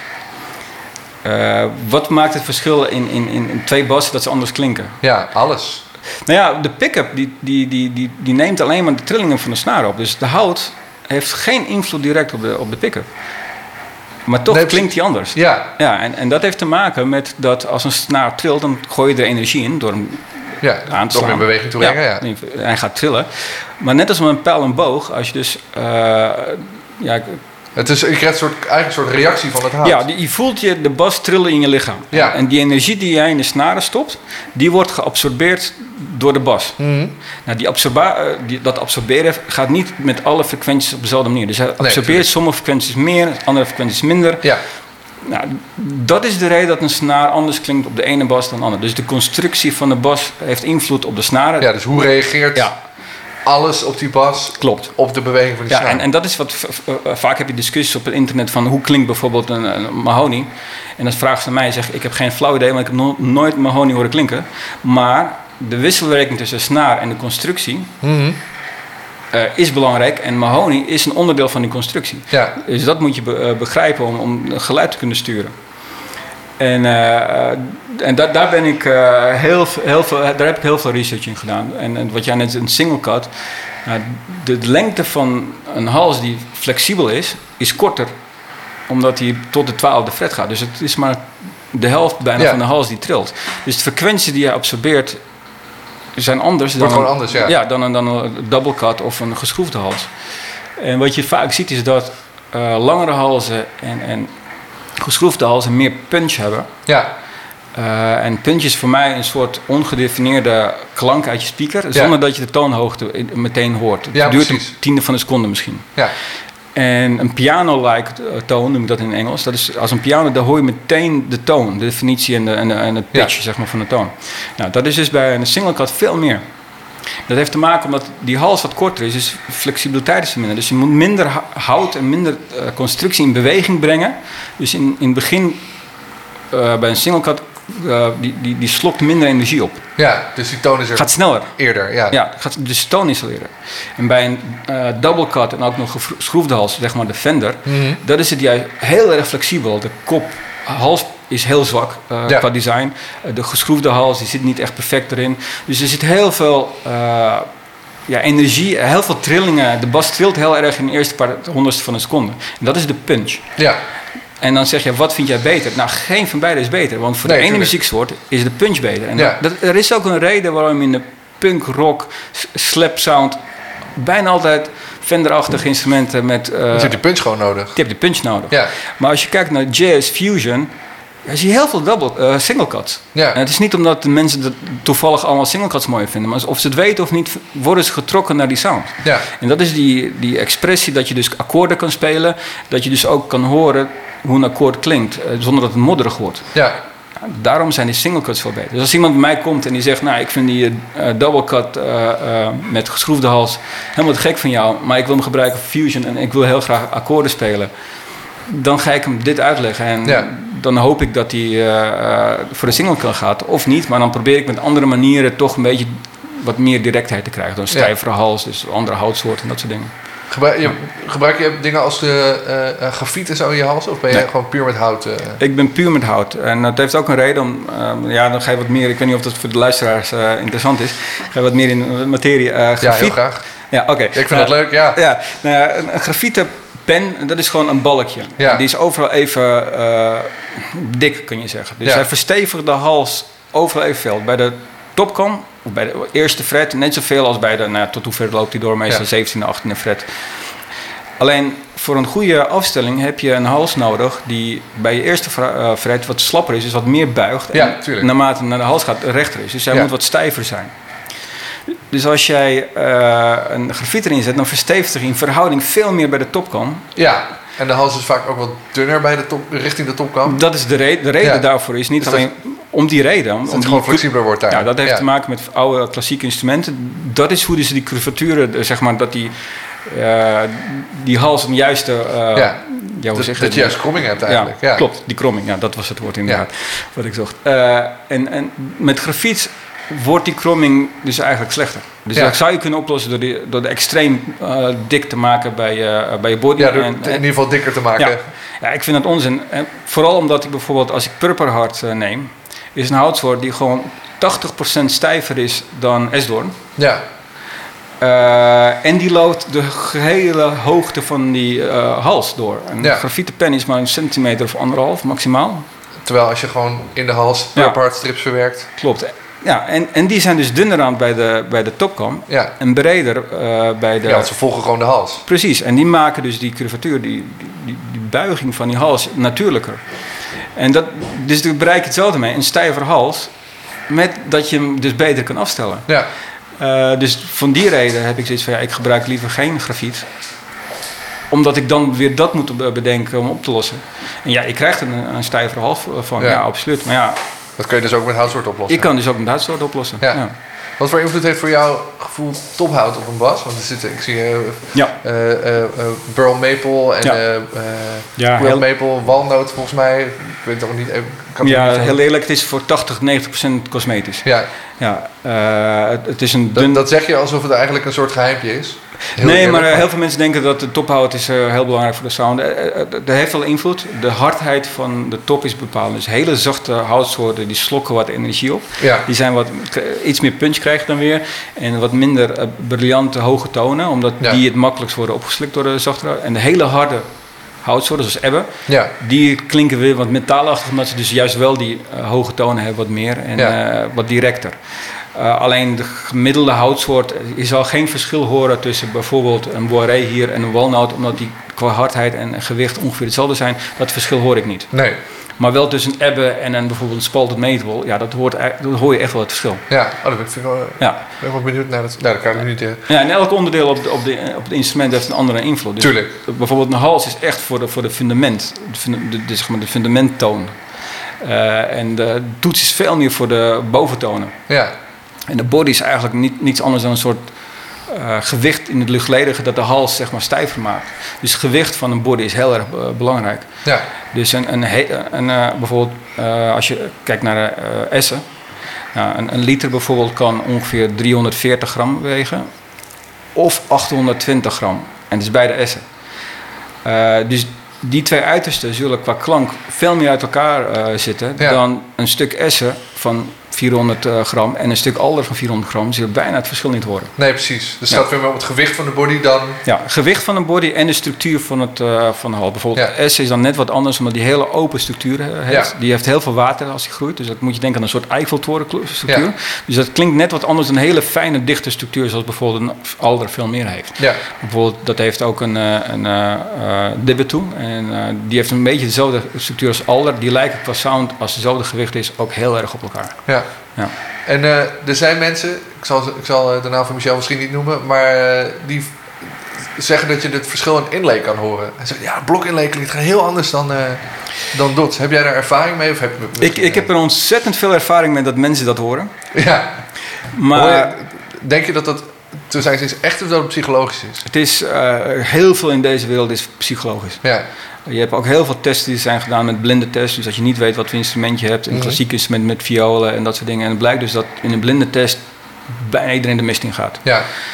Wat maakt het verschil in twee bassen dat ze anders klinken? Ja, alles. Nou ja, de pick-up die neemt alleen maar de trillingen van de snaar op. Dus de hout heeft geen invloed direct op de pick-up. Maar toch klinkt die anders. Ja. En dat heeft te maken met dat als een snaar trilt, dan gooi je er energie in door hem aan te slaan. Door in beweging te brengen, ja. Hij gaat trillen. Maar net als met een pijl en boog, als je dus... je krijgt een soort reactie van het hout. Ja, je voelt de bas trillen in je lichaam. Ja. En die energie die jij in de snaren stopt, die wordt geabsorbeerd door de bas. Mm-hmm. Nou, dat absorberen gaat niet met alle frequenties op dezelfde manier. Dus hij absorbeert sommige frequenties meer, andere frequenties minder. Ja. Nou, dat is de reden dat een snaar anders klinkt op de ene bas dan de andere. Dus de constructie van de bas heeft invloed op de snaren. Ja, dus hoe reageert... alles op die bas. Klopt. Op de beweging van die snaar. Ja, en dat is wat... vaak heb je discussies op het internet van hoe klinkt bijvoorbeeld een mahogany. En dan vragen ze mij, ik heb geen flauw idee, want ik heb nooit mahogany horen klinken. Maar de wisselwerking tussen snaar en de constructie is belangrijk. En mahogany is een onderdeel van die constructie. Ja. Dus dat moet je begrijpen om geluid te kunnen sturen. En daar ben ik daar heb ik heel veel research in gedaan. En wat jij net een single cut, de lengte van een hals die flexibel is korter, omdat hij tot de 12e fret gaat. Dus het is maar de helft bijna van de hals die trilt. Dus de frequenties die je absorbeert zijn anders dan een double cut of een geschroefde hals. En wat je vaak ziet is dat langere halzen en geschroefde halzen meer punch hebben. Ja. En punch is voor mij een soort ongedefinieerde klank uit je speaker, zonder dat je de toonhoogte meteen hoort. Het duurt een tiende van een seconde misschien. Ja. En een piano-like toon, noem ik dat in Engels. Dat is, als een piano, dan hoor je meteen de toon, de definitie en de pitch zeg maar, van de toon. Nou, dat is dus bij een single cut veel meer. Dat heeft te maken omdat die hals wat korter is, dus flexibiliteit is minder. Dus je moet minder hout en minder constructie in beweging brengen. Dus in het begin bij een single cut, die slokt minder energie op. Ja, dus die toon is gaat sneller. Eerder, dus de toon is al eerder. En bij een double cut en ook nog geschroefde hals, zeg maar de Fender, dat is het juist heel erg flexibel. De hals is heel zwak qua design. De geschroefde hals die zit niet echt perfect erin. Dus er zit heel veel energie, heel veel trillingen. De bas trilt heel erg in de eerste paar honderdste van een seconde. En dat is de punch. Ja. En dan zeg je, wat vind jij beter? Nou, geen van beide is beter. Want voor de ene muzieksoort is de punch beter. En er is ook een reden waarom in de punk, rock, slap sound bijna altijd Fender-achtige instrumenten met... je hebt die punch gewoon nodig. Je hebt die punch nodig. Ja. Maar als je kijkt naar jazz, fusion, zie je heel veel single cuts. Ja. En het is niet omdat de mensen toevallig allemaal single cuts mooi vinden, maar of ze het weten of niet, worden ze getrokken naar die sound. Ja. En dat is die expressie dat je dus akkoorden kan spelen, dat je dus ook kan horen hoe een akkoord klinkt, zonder dat het modderig wordt. Ja. Daarom zijn die single cuts veel beter. Dus als iemand bij mij komt en die zegt, nou, ik vind die double cut met geschroefde hals helemaal te gek van jou, maar ik wil hem gebruiken voor fusion en ik wil heel graag akkoorden spelen, dan ga ik hem dit uitleggen. En dan hoop ik dat hij voor de single cut gaat, of niet, maar dan probeer ik met andere manieren toch een beetje wat meer directheid te krijgen. Door een stijvere hals, dus andere houtsoorten en dat soort dingen. Gebruik je dingen als de grafiet en zo in je hals? Of ben je gewoon puur met hout? Ik ben puur met hout. En dat heeft ook een reden om... dan ga je wat meer... Ik weet niet of dat voor de luisteraars interessant is. Ga je wat meer in de materie. Grafiet. Ja, heel graag. Ja, oké. Ik vind dat leuk, ja. Ja, een grafieten pen, dat is gewoon een balkje. Ja. Die is overal even dik, kun je zeggen. Dus hij verstevigt de hals overal evenveel. Bij de topkam, of bij de eerste fret, net zoveel als bij de... tot hoever loopt hij door? Meestal 17e, 18e fret. Alleen voor een goede afstelling heb je een hals nodig die bij je eerste fret wat slapper is, dus wat meer buigt. Ja, en tuurlijk. naarmate naar de hals gaat, rechter is. Dus hij moet wat stijver zijn. Dus als jij een grafiet erin zet, dan verstevigt hij in verhouding veel meer bij de topkam. Ja, en de hals is vaak ook wat dunner bij de top, richting de topkam. Dat is de reden daarvoor is niet dus alleen om die reden. Dat het gewoon flexibeler wordt daar. Ja, dat heeft te maken met oude klassieke instrumenten. Dat is hoe ze die curvaturen, zeg maar, dat die hals een juiste... dat je juist kromming hebt eigenlijk. Ja, klopt, die kromming. Ja, dat was het woord inderdaad wat ik zocht. En met grafiet wordt die kromming dus eigenlijk slechter. Dus dat zou je kunnen oplossen door de extreem dik te maken bij je body. Ja, door in ieder geval dikker te maken. Ja, ik vind dat onzin. Vooral omdat ik bijvoorbeeld, als ik Purper Hard neem, is een houtsoort die gewoon 80% stijver is dan esdoorn. Ja. En die loopt de gehele hoogte van die hals door. Een grafieten pen is maar 1 centimeter of 1,5 maximaal. Terwijl als je gewoon in de hals Purper Hard strips verwerkt. Klopt. Ja, en die zijn dus dunner aan bij de topkam en breder bij de... Ja, want ze volgen gewoon de hals. Precies, en die maken dus die curvatuur, die buiging van die hals natuurlijker. En dus daar bereik je hetzelfde mee, een stijver hals, met dat je hem dus beter kan afstellen. Ja. Dus van die reden heb ik zoiets van, ik gebruik liever geen grafiet. Omdat ik dan weer dat moet bedenken om op te lossen. En ja, je krijgt een stijver hals van, ja absoluut, maar ja... Dat kun je dus ook met houtsoort oplossen? Ik kan dus ook met houtsoort oplossen, ja. Wat voor invloed heeft voor jou gevoel tophout op een bas? Want ik zie Burl Maple en Wild Maple, walnoot volgens mij. Ik weet het ook niet. Heel eerlijk, het is voor 80-90% cosmetisch. Ja. Het is een dun... Dat zeg je alsof het eigenlijk een soort geheimpje is? Maar heel veel mensen denken dat de tophout is heel belangrijk voor de sound. Dat heeft wel invloed. De hardheid van de top is bepalend. Dus hele zachte houtsoorten die slokken wat energie op. Ja. Die zijn iets meer punch krijgen dan weer. En wat minder briljante hoge tonen. Omdat die het makkelijkst worden opgeslikt door de zachtere. En de hele harde houtsoorten zoals ebbe. Ja. Die klinken weer wat metaalachtig. Omdat ze dus juist wel die hoge tonen hebben wat meer. En wat directer. Alleen de gemiddelde houtsoort, je zal geen verschil horen tussen bijvoorbeeld een Boiré hier en een walnoot, omdat die qua hardheid en gewicht ongeveer hetzelfde zijn. Dat verschil hoor ik niet. Nee. Maar wel tussen een ebbe en een bijvoorbeeld een spalted maple, ja, dat hoor je echt wel het verschil. Ja, dat vind ik wel, ben wel benieuwd naar dat. Nou, dat kan ik niet. Ja, en elk onderdeel op het instrument heeft een andere invloed. Dus tuurlijk. Bijvoorbeeld een hals is echt voor de fundament, de fundamenttoon. En de toets is veel meer voor de boventonen. Ja. En de body is eigenlijk niets anders dan een soort gewicht in het luchtledige dat de hals zeg maar stijver maakt. Dus het gewicht van een body is heel erg belangrijk. Ja. Dus bijvoorbeeld als je kijkt naar essen, een liter bijvoorbeeld kan ongeveer 340 gram wegen of 820 gram. En dat is beide essen. Dus die twee uitersten zullen qua klank veel meer uit elkaar zitten dan een stuk essen van 400 gram en een stuk alder van 400 gram zullen bijna het verschil niet horen. Nee, precies. Dus het gaat weer om het gewicht van de body dan... Ja, gewicht van de body en de structuur van de hal. Bijvoorbeeld S is dan net wat anders omdat die hele open structuur heeft. Ja. Die heeft heel veel water als die groeit. Dus dat moet je denken aan een soort Eiffeltorenstructuur. Ja. Dus dat klinkt net wat anders dan een hele fijne dichte structuur zoals bijvoorbeeld een alder veel meer heeft. Ja. Bijvoorbeeld dat heeft ook een Dibbetou. En die heeft een beetje dezelfde structuur als alder. Die lijken qua sound als hetzelfde gewicht is ook heel erg op elkaar. Ja. Ja. En er zijn mensen, ik zal de naam van Michel misschien niet noemen, maar die zeggen dat je het verschil in inlay kan horen. Hij zegt, ja, blok inlay klinkt heel anders dan dots. Heb jij daar ervaring mee? Of ik heb er ontzettend veel ervaring mee dat mensen dat horen. Ja. Maar denk je dat dat toen zijn ze echt of dat het psychologisch is? Het is heel veel in deze wereld is psychologisch. Ja. Je hebt ook heel veel tests die zijn gedaan met blinde tests. Dus als je niet weet wat voor instrument je hebt. Een klassiek instrument met violen en dat soort dingen. En het blijkt dus dat in een blinde test bijna iedereen de mist in gaat. Ja.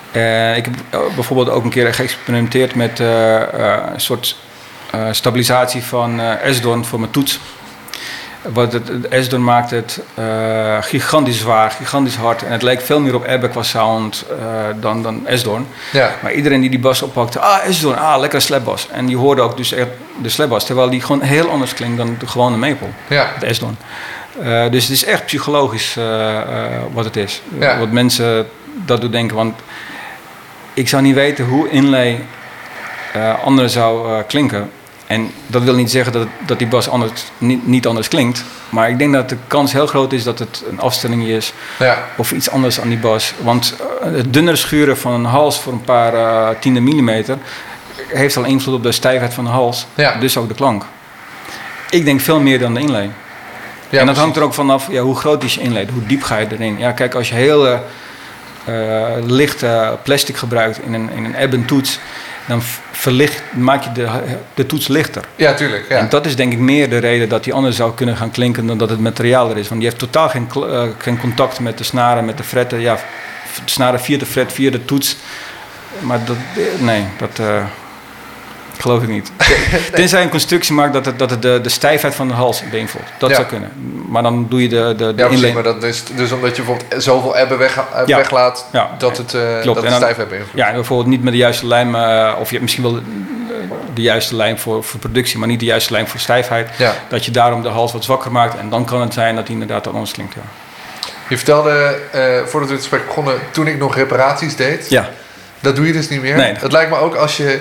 Ik heb bijvoorbeeld ook een keer geëxperimenteerd met een soort stabilisatie van esdoorn voor mijn toets. Het esdoorn maakt het gigantisch zwaar, gigantisch hard. En het leek veel meer op Ebbe qua sound dan esdoorn. Ja. Maar iedereen die bas oppakte, esdoorn, lekkere slapbas. En die hoorde ook dus echt de slapbas, terwijl die gewoon heel anders klinkt dan de gewone maple, Ja. de esdoorn. Dus het is echt psychologisch wat het is. Ja. Wat mensen dat doen denken. Want ik zou niet weten hoe inlay anders zou klinken. En dat wil niet zeggen dat die bas niet anders klinkt. Maar ik denk dat de kans heel groot is dat het een afstelling is. Ja. Of iets anders aan die bas. Want het dunner schuren van een hals voor een paar tiende millimeter heeft al invloed op de stijfheid van de hals. Ja. Dus ook de klank. Ik denk veel meer dan de inlay. Ja, en dat hangt precies. er ook vanaf hoe groot is je inlay, hoe diep ga je erin. Ja, kijk, als je heel lichte plastic gebruikt in een ebben toets, dan maak je de toets lichter. Ja, tuurlijk. Ja. En dat is denk ik meer de reden dat die anders zou kunnen gaan klinken dan dat het materiaal er is. Want die heeft totaal geen contact met de snaren, met de fretten. Ja, de snaren via de fret, via de toets. Maar dat geloof ik niet. Tenzij een constructie maakt dat het de stijfheid van de hals beïnvloedt. Dat zou kunnen. Maar dan doe je de Ja, precies, inlay. maar dat is dus omdat je bijvoorbeeld zoveel ebben weglaat, Ja. dat het Klopt. dat En het dan- stijf heeft beïnvloed. Ja, en bijvoorbeeld niet met de juiste lijm, of je hebt misschien wel de juiste lijm voor productie, maar niet de juiste lijm voor stijfheid. Ja. Dat je daarom de hals wat zwakker maakt en dan kan het zijn dat hij inderdaad anders klinkt. Ja. Je vertelde, voordat we het gesprek begonnen, toen ik nog reparaties deed. Ja. Dat doe je dus niet meer. Nee. Het lijkt me ook als je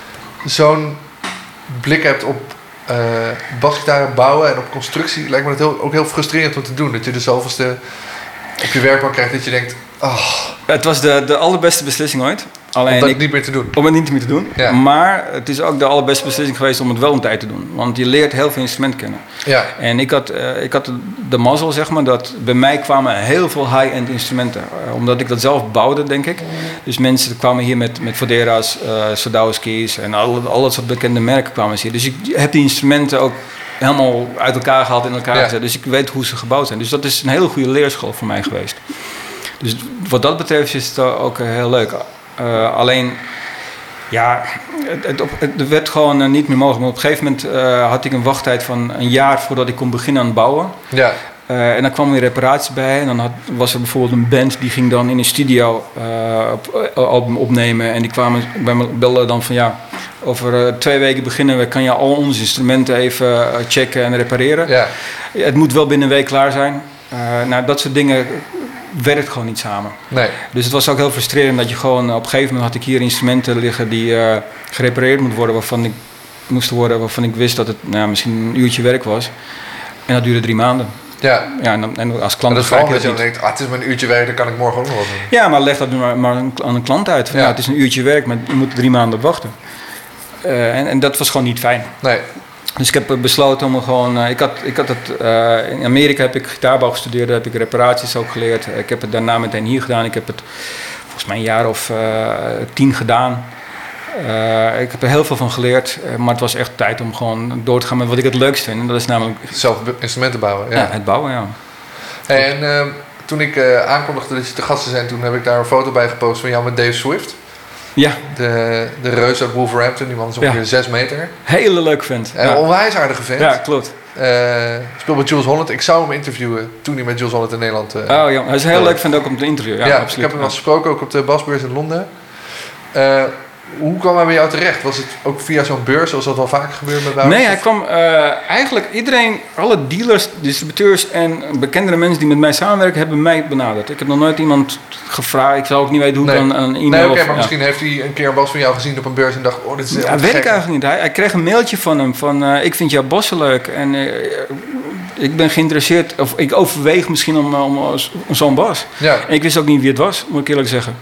zo'n blik hebt op basgitaren bouwen en op constructie, lijkt me dat ook heel frustrerend om te doen. Dat je de zoveelste op je werkbank krijgt dat je denkt, Het was de allerbeste beslissing ooit. Alleen om dat niet meer te doen. om het niet meer te doen. Ja. Maar het is ook de allerbeste beslissing geweest om het wel een tijd te doen. Want je leert heel veel instrumenten kennen. Ja, En ik had de mazzel, zeg maar, dat bij mij kwamen heel veel high-end instrumenten. Omdat ik dat zelf bouwde, denk ik. Dus mensen kwamen hier met Fodera's, Sadowski's en al dat soort bekende merken kwamen hier. Dus ik heb die instrumenten ook helemaal uit elkaar gehaald, in elkaar gezet. Dus ik weet hoe ze gebouwd zijn. Dus dat is een hele goede leerschool voor mij geweest. Dus wat dat betreft is het ook heel leuk. Alleen, ja, het werd gewoon niet meer mogelijk. Maar op een gegeven moment had ik een wachttijd van een jaar voordat ik kon beginnen aan het bouwen. ja, En dan kwam weer reparatie bij. En dan was er bijvoorbeeld een band die ging dan in een studio album opnemen. En die kwamen bij me bellen dan van ja, over 2 weken beginnen we. Kan je al onze instrumenten even checken en repareren? ja. Het moet wel binnen een week klaar zijn. Nou, dat soort dingen werkt gewoon niet samen. Nee. Dus het was ook heel frustrerend dat je gewoon... Op een gegeven moment had ik hier instrumenten liggen die gerepareerd moesten worden... waarvan ik wist dat het misschien een uurtje werk was. En dat duurde 3 maanden. Ja. Ja, en als Maar klant dat is vooral begrijp je dat je dat dan niet. denkt, het is maar een uurtje werk, dan kan ik morgen ook nog wat doen. Ja, maar leg dat nu maar aan een klant uit. Van, Ja. het is een uurtje werk, maar je moet 3 maanden op wachten. En dat was gewoon niet fijn. Nee. Dus ik heb besloten om gewoon... Ik had het... in Amerika heb ik gitaarbouw gestudeerd. Daar heb ik reparaties ook geleerd. Ik heb het daarna meteen hier gedaan. Ik heb het volgens mij een jaar of 10 gedaan. Ik heb er heel veel van geleerd. Maar het was echt tijd om gewoon door te gaan met wat ik het leukst vind. En dat is namelijk Zelf instrumenten bouwen. Ja. ja, het bouwen, ja. Hey, en toen ik aankondigde dat je te gast zou zijn, toen heb ik daar een foto bij gepost van jou met Dave Swift. Ja, De reus uit Wolverhampton, die man is ongeveer 6 meter. hele leuk vent. En een onwijs aardige vent. Ja, klopt. Speelt met Jules Holland. Ik zou hem interviewen toen hij met Jules Holland in Nederland... Oh ja, hij is een heel leuk vent ook om te interviewen. Ja, ja, absoluut. ik heb hem al gesproken, ook op de basbeurs in Londen. Hoe kwam hij bij jou terecht? Was het ook via zo'n beurs, zoals dat wel vaker gebeurt met bouwers? Nee, hij kwam eigenlijk iedereen, alle dealers, distributeurs en bekendere mensen die met mij samenwerken, hebben mij benaderd. Ik heb nog nooit iemand gevraagd. Ik zou ook niet weten hoe ik dan een e-mail... Nee, oké, of- maar ja. misschien heeft hij een keer een bas van jou gezien op een beurs en dacht, oh, dit is Ja, heel dat weet ik gek. eigenlijk niet. Hij kreeg een mailtje van hem van ik vind jouw bassen leuk en ik ben geïnteresseerd, of ik overweeg misschien om zo'n bas. Ja, En ik wist ook niet wie het was, moet ik eerlijk zeggen.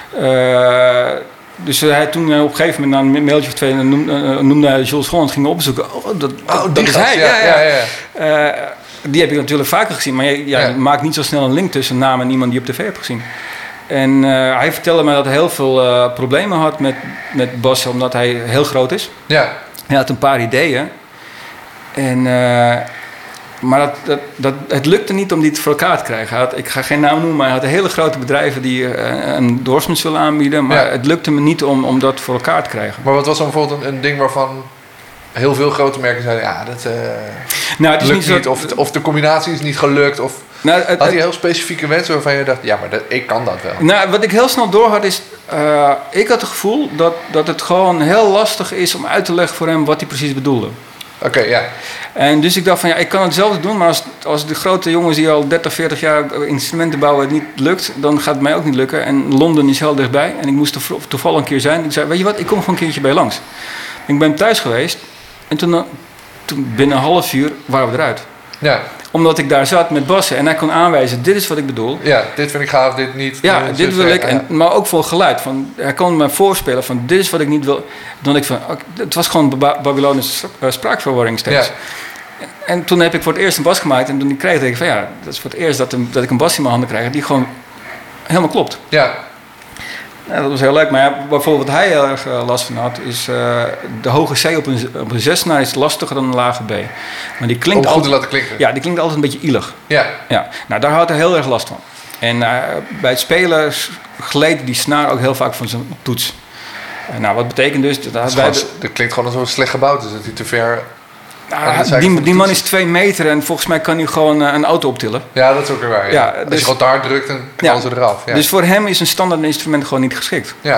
Dus hij toen op een gegeven moment na een mailtje of 2 noemde hij Jules Holland, ging opzoeken. Dat die is gast, hij. ja. Die heb ik natuurlijk vaker gezien, maar je Ja. maakt niet zo snel een link tussen naam en iemand die je op tv hebt gezien. En hij vertelde mij dat hij heel veel problemen had met bassen, omdat hij heel groot is. Ja, Hij had een paar ideeën. En Maar het lukte niet om die voor elkaar te krijgen. Ik ga geen naam noemen, maar hij had hele grote bedrijven die een endorsement willen aanbieden. Maar het lukte me niet om dat voor elkaar te krijgen. Maar wat was dan bijvoorbeeld een ding waarvan heel veel grote merken zeiden... ja, dat het is lukt niet niet, of de combinatie is niet gelukt... of had je heel specifieke wensen waarvan je dacht... ja, maar ik kan dat wel. Nou, wat ik heel snel door had is... ik had het gevoel dat het gewoon heel lastig is om uit te leggen voor hem wat hij precies bedoelde. Oké, ja. En dus ik dacht van ja, ik kan hetzelfde doen, maar als de grote jongens die al 30, 40 jaar instrumenten bouwen het niet lukt, dan gaat het mij ook niet lukken. En Londen is heel dichtbij en ik moest toevallig een keer zijn. Ik zei, weet je wat, ik kom gewoon een keertje bij langs. Ik ben thuis geweest en toen binnen een half uur waren we eruit. Ja. Omdat ik daar zat met Basse en hij kon aanwijzen, dit is wat ik bedoel. Ja, dit vind ik gaaf, dit niet. Ja, dit wil ik. Maar ook voor geluid. Hij kon me voorspelen van dit is wat ik niet wil. Dan ik van, het was gewoon Babylonische spraakverwarring steeds. Ja. En toen heb ik voor het eerst een bas gemaakt en toen kreeg ik van ja, dat is voor het eerst dat ik een bas in mijn handen krijg die gewoon helemaal klopt. Ja. Ja, dat was heel leuk. Maar ja, bijvoorbeeld wat hij heel erg last van had, is de hoge C op een 6-snaar is lastiger dan een lage B. Maar die klinkt om goed te laten klinken. Ja, die klinkt altijd een beetje ielig. Ja. Nou, daar had hij heel erg last van. En bij het spelen gleed die snaar ook heel vaak van zijn toets. Nou, wat betekent dus... Dat klinkt gewoon alsof het slecht gebouwd is, dat hij te ver... die man is 2 meter en volgens mij kan hij gewoon een auto optillen. Ja, dat is ook weer waar. Ja. Als je gewoon daar drukt, dan knallen ze eraf. Ja. Dus voor hem is een standaard instrument gewoon niet geschikt. Ja.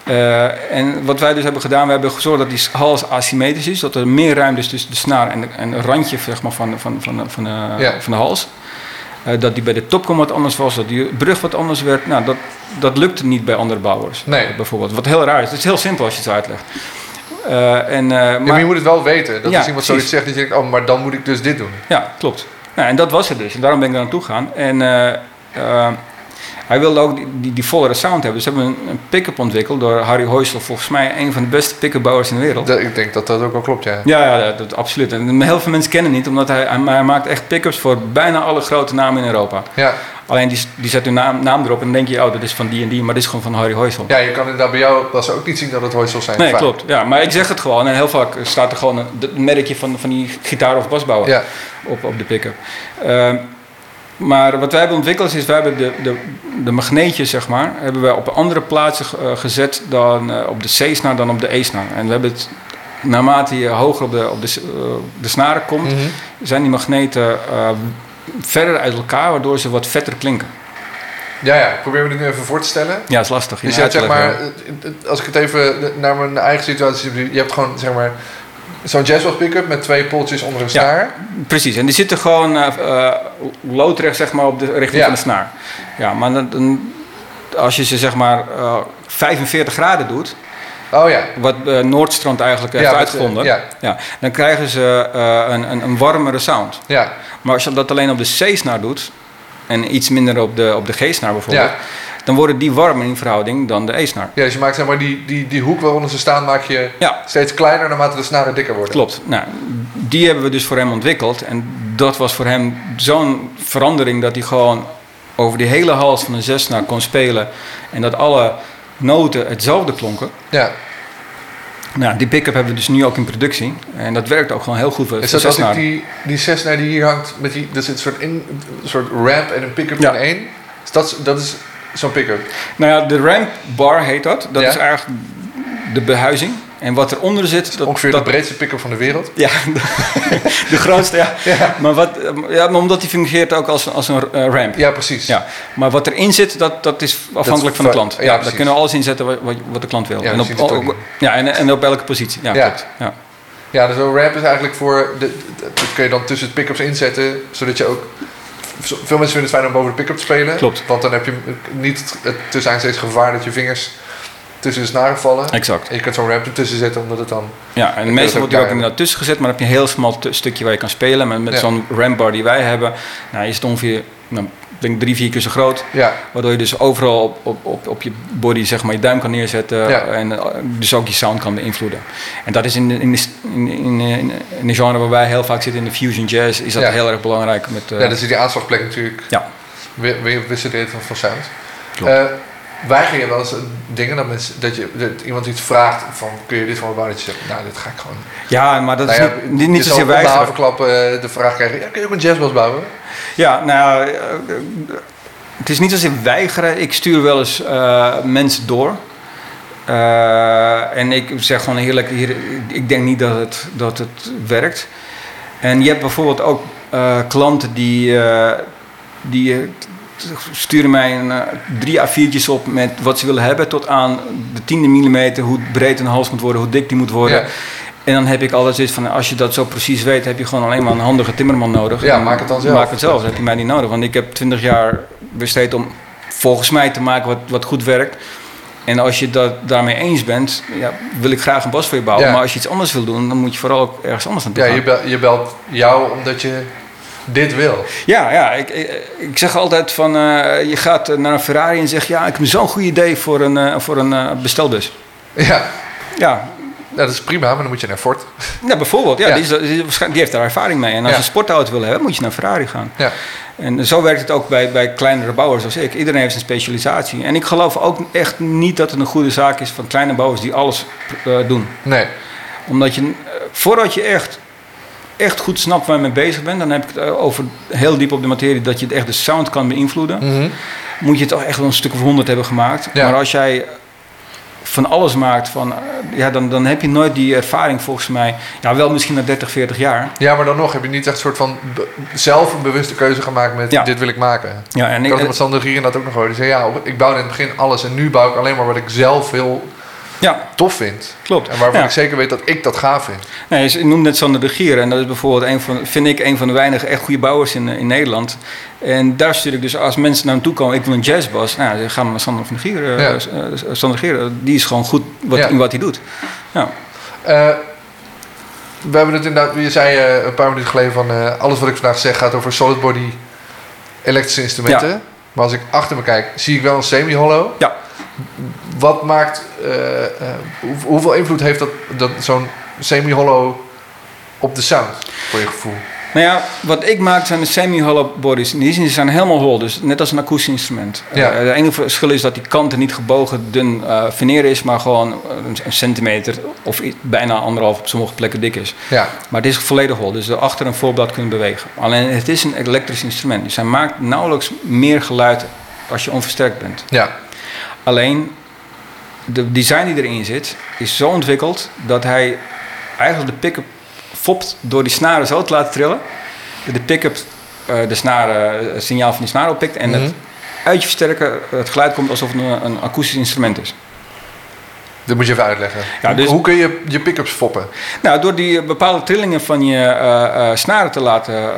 En wat wij dus hebben gedaan, we hebben gezorgd dat die hals asymmetrisch is. Dat er meer ruimte is tussen de snaar en het randje zeg maar, van de hals. Dat die bij de topkom wat anders was, dat die brug wat anders werd. Nou, dat lukte niet bij andere bouwers. Nee. Bijvoorbeeld. Wat heel raar is. Het is heel simpel als je het uitlegt. Maar je moet het wel weten. Dat is iemand precies. zoiets zegt dat je denkt, oh, maar dan moet ik dus dit doen. Ja, klopt. Nou, en dat was het dus. En daarom ben ik daar naartoe gegaan. En hij wilde ook die vollere sound hebben. Dus we hebben een pick-up ontwikkeld door Harry Hoysel. Volgens mij een van de beste pick-up bouwers in de wereld. Ik denk dat dat ook wel klopt, ja. Ja, dat absoluut. En heel veel mensen kennen het niet, omdat hij maakt echt pick-ups voor bijna alle grote namen in Europa. Ja. Alleen die zet hun naam erop en dan denk je, oh, dat is van die en die, maar dit is gewoon van Harry Hoysel. Ja, je kan inderdaad bij jou ook niet zien dat het Hoysel zijn. Nee, klopt. Ja, maar ik zeg het gewoon en heel vaak staat er gewoon een merkje van die gitaar- of basbouwer op de pick-up. Maar wat wij hebben ontwikkeld is, wij hebben de magneetjes, zeg maar, hebben wij op andere plaatsen gezet dan op de C-snaar dan op de E-snaar. En we hebben het, naarmate je hoger op de snaren komt, zijn die magneten verder uit elkaar, waardoor ze wat vetter klinken. Ja, probeer me dit nu even voor te stellen. Ja, dat is lastig. Dus je hebt, zeg maar, als ik het even naar mijn eigen situatie zie, je hebt gewoon, zeg maar, zo'n jazzbass pick-up met 2 pooltjes onder een snaar. Ja, precies. En die zitten gewoon loodrecht, zeg maar, op de richting van de snaar. Ja, maar dan, als je ze, zeg maar, 45 graden doet, oh ja. Wat Noordstrand eigenlijk heeft uitgevonden, dan krijgen ze een warmere sound. Ja. Maar als je dat alleen op de C-snaar doet en iets minder op de G-snaar bijvoorbeeld, dan worden die warmer in verhouding dan de E-snaar. Ja, dus je maakt, zeg maar, die hoek waaronder ze staan maak je steeds kleiner naarmate de snaren dikker worden. Klopt. Nou, die hebben we dus voor hem ontwikkeld en dat was voor hem zo'n verandering dat hij gewoon over die hele hals van een 6-snaar kon spelen en dat alle noten hetzelfde klonken. Ja. Nou, die pick-up hebben we dus nu ook in productie. En dat werkt ook gewoon heel goed voor de 6-snaar. Is dat als ik die 6-snaar die hier hangt, met er zit een soort ramp en een pick-up in één? Dat is zo'n pick-up? Nou ja, de ramp bar heet dat. Dat is eigenlijk de behuizing. En wat eronder zit... Ongeveer de breedste pick-up van de wereld? Ja, de grootste, ja. Maar omdat die fungeert ook als een ramp. Ja, precies. Ja. Maar wat erin zit, dat is afhankelijk van de klant. Ja, daar kunnen we alles in zetten wat de klant wil. Ja, en op elke positie. Ja, klopt. Ja, dus een ramp is eigenlijk voor... dat kun je dan tussen het pick-ups inzetten, zodat je ook... Veel mensen vinden het fijn om boven de pick-up te spelen. Klopt. Want dan heb je niet het tussen aanstekens gevaar dat je vingers tussen de snaren vallen. Exact. En je kunt zo'n ramp ertussen zetten omdat het dan... Ja, en meestal wordt er ook inderdaad tussen gezet, maar dan heb je een heel smal stukje waar je kan spelen. Maar met zo'n rampbar die wij hebben, is het ongeveer... ik denk 3-4 keer zo groot. Ja. Waardoor je dus overal op je body, zeg maar, je duim kan neerzetten. En dus ook je sound kan beïnvloeden. En dat is in de genre waar wij heel vaak zitten, in de fusion jazz, is dat heel erg belangrijk. Dat is die aanslagplek natuurlijk. Ja. Weer wisselend van sound. Klopt. weiger je wel eens dingen dat iemand iets vraagt van kun je dit voor me bouwen? Dat je zegt, nou dit ga ik gewoon. Ja, maar dat is niet zozeer weigeren. De havenklap de vraag krijgen, kun je ook een jazzbas bouwen? Ja, nou het is niet zozeer weigeren. Ik stuur wel eens mensen door. En ik zeg gewoon eerlijk, ik denk niet dat het werkt. En je hebt bijvoorbeeld ook klanten die sturen mij 3 A4'tjes op met wat ze willen hebben tot aan de 10e millimeter, hoe breed een hals moet worden, hoe dik die moet worden. Ja. En dan heb ik altijd zoiets van, als je dat zo precies weet, heb je gewoon alleen maar een handige timmerman nodig. Ja, maak het dan zelf. Maak het zelf, dat heb je mij niet nodig. Want ik heb 20 jaar besteed om volgens mij te maken wat goed werkt. En als je dat daarmee eens bent, wil ik graag een bas voor je bouwen. Ja. Maar als je iets anders wil doen, dan moet je vooral ook ergens anders naartoe gaan. Ja, je belt jou omdat je dit wil. Ja, ik zeg altijd van, je gaat naar een Ferrari en zegt, ja, ik heb zo'n goed idee voor een bestelbus. Ja. Dat is prima, maar dan moet je naar Ford. Ja, bijvoorbeeld. Ja. Die heeft daar ervaring mee. En als je een sportauto wil hebben, moet je naar Ferrari gaan. Ja. En zo werkt het ook bij kleinere bouwers als ik. Iedereen heeft een specialisatie. En ik geloof ook echt niet dat het een goede zaak is van kleine bouwers die alles doen. Nee. Omdat voordat je echt goed snapt waar je mee bezig bent, dan heb ik het over heel diep op de materie dat je echt de sound kan beïnvloeden. Mm-hmm. Moet je het toch echt wel een stuk of 100 hebben gemaakt. Ja. Maar als jij van alles maakt, dan heb je nooit die ervaring volgens mij. Ja, wel misschien na 30, 40 jaar. Ja, maar dan nog heb je niet echt een soort van zelf een bewuste keuze gemaakt met dit wil ik maken. Ja, en ik had met Sander Gieren dat ook nog hoorde. Die zei ik bouw in het begin alles en nu bouw ik alleen maar wat ik zelf heel tof vind. Klopt. En waarvan ik zeker weet dat ik dat gaaf vind. Nee, je noemt net Sander de Gier en dat is bijvoorbeeld een van de weinige echt goede bouwers in Nederland. En daar stuur ik dus als mensen naar hem toe komen, ik wil een jazzbas. Nou, dan gaan we naar Sander van de Gier. Sander de Gier, die is gewoon goed in wat hij doet. Ja. We hebben het inderdaad, je zei een paar minuten geleden van alles wat ik vandaag zeg gaat over solid body elektrische instrumenten. Ja. Maar als ik achter me kijk, zie ik wel een semi-hollow. Ja. Wat maakt, hoeveel invloed heeft dat zo'n semi-hollow op de sound, voor je gevoel? Nou ja, wat ik maak zijn de semi-hollow bodies. In die zin zijn helemaal hol, dus net als een akoestisch instrument. Ja. Het enige verschil is dat die kanten niet gebogen dun veneer is, maar gewoon een centimeter of bijna 1,5 op sommige plekken dik is. Ja. Maar het is volledig hol, dus achter een voorblad kunnen bewegen. Alleen het is een elektrisch instrument, dus hij maakt nauwelijks meer geluid als je onversterkt bent. Ja. Alleen, de design die erin zit, is zo ontwikkeld dat hij eigenlijk de pick-up fopt door die snaren zo te laten trillen. De pick-up het signaal van die snaren oppikt en het uit je versterker het geluid komt alsof het een akoestisch instrument is. Dat moet je even uitleggen. Ja, dus, hoe kun je je pick-ups foppen? Nou, door die bepaalde trillingen van je snaren te laten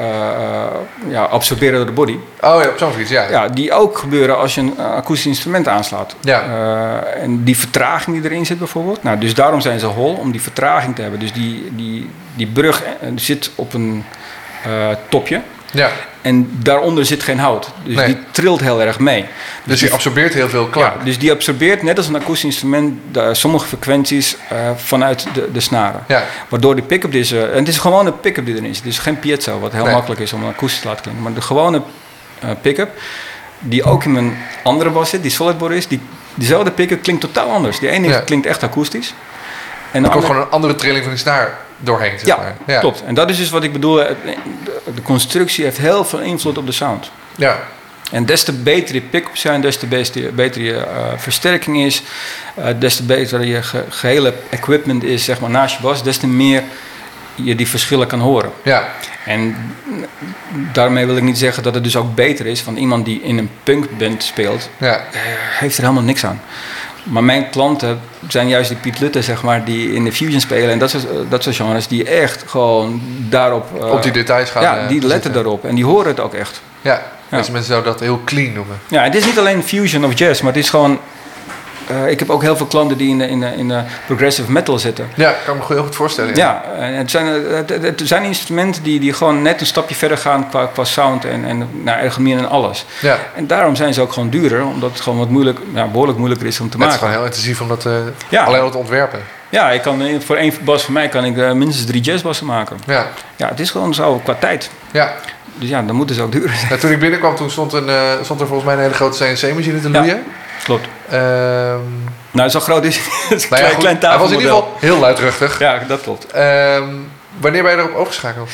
absorberen door de body. Oh ja, op zo'n fiets, ja. Ja, die ook gebeuren als je een akoestisch instrument aanslaat. Ja. En die vertraging die erin zit bijvoorbeeld. Nou, dus daarom zijn ze hol, om die vertraging te hebben. Dus die brug zit op een topje. Ja. En daaronder zit geen hout. Dus die trilt heel erg mee. Dus die absorbeert heel veel klank. Ja, dus die absorbeert, net als een akoestisch instrument, sommige frequenties vanuit de snaren. Ja. Waardoor de pick-up en het is gewoon een pick-up die erin zit. Dus geen piezo, wat heel makkelijk is om een akoestisch te laten klinken. Maar de gewone pick-up, die ook in een andere bas zit, die solidbody is, diezelfde pick-up klinkt totaal anders. Die ene klinkt echt akoestisch. En er komt gewoon een andere trilling van die snaar doorheen. Zeg maar. Ja, klopt. En dat is dus wat ik bedoel. De constructie heeft heel veel invloed op de sound. Ja. En des te beter je pick-ups zijn, des te beter je versterking is, des te beter je gehele equipment is, zeg maar, naast je bas, des te meer je die verschillen kan horen. Ja. En daarmee wil ik niet zeggen dat het dus ook beter is, want iemand die in een punkband speelt, heeft er helemaal niks aan. Maar mijn klanten zijn juist die Piet Lutte, zeg maar, die in de fusion spelen en dat soort genres, die echt gewoon daarop... op die details gaan. Ja, die letten daarop en die horen het ook echt. Ja, deze mensen zouden dat heel clean noemen. Ja, het is niet alleen fusion of jazz, maar het is gewoon... ik heb ook heel veel klanten die in de progressive metal zitten. Ja, ik kan me heel goed voorstellen. Ja, het zijn instrumenten die gewoon net een stapje verder gaan qua sound en ergonomie en alles. Ja. En daarom zijn ze ook gewoon duurder, omdat het gewoon behoorlijk moeilijker is om te maken. Het is gewoon heel intensief om dat alleen al te ontwerpen. Ja, voor één bas van mij kan ik minstens 3 jazzbassen maken. Ja. Ja, het is gewoon zo qua tijd. Ja. Dus ja, dan moeten ze ook duur zijn. Ja, toen ik binnenkwam, toen stond er volgens mij een hele grote CNC-machine te loeien. Klopt. Nou zo groot is het. ja, goed, klein hij was in ieder geval heel luidruchtig. Ja, dat klopt. Wanneer ben je erop overgeschakeld?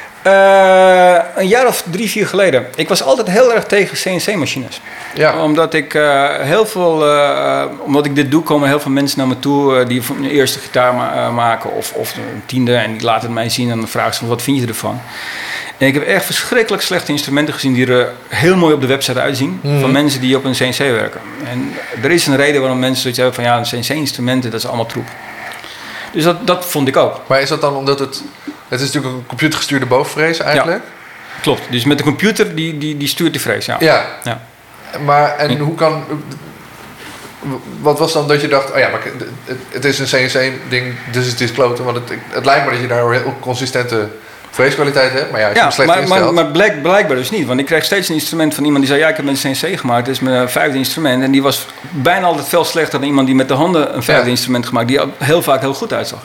Een jaar of 3-4 geleden. Ik was altijd heel erg tegen CNC-machines. Ja. Omdat ik omdat ik dit doe, komen heel veel mensen naar me toe die een eerste gitaar maken of een tiende. En die laten het mij zien en dan vragen ze wat vind je ervan. En ik heb echt verschrikkelijk slechte instrumenten gezien die er heel mooi op de website uitzien. Van mensen die op een CNC werken. En er is een reden waarom mensen zoiets hebben van ja, CNC-instrumenten, dat is allemaal troep. Dus dat vond ik ook. Maar is dat dan omdat het is natuurlijk een computergestuurde bovenvrees eigenlijk? Ja, klopt. Dus met de computer die stuurt die vrees. Ja. Maar en hoe kan... Wat was dan dat je dacht, oh ja, maar het is een CNC-ding, dus het is kloten. Want het lijkt me dat je daar een heel consistente vreeskwaliteit hebt. Maar ja, als je hem slecht instelt... Maar blijkbaar dus niet. Want ik kreeg steeds een instrument van iemand die zei... ja, ik heb met een CNC gemaakt, dit is mijn 5e instrument. En die was bijna altijd veel slechter dan iemand die met de handen een 5e instrument gemaakt. Die heel vaak heel goed uitzag.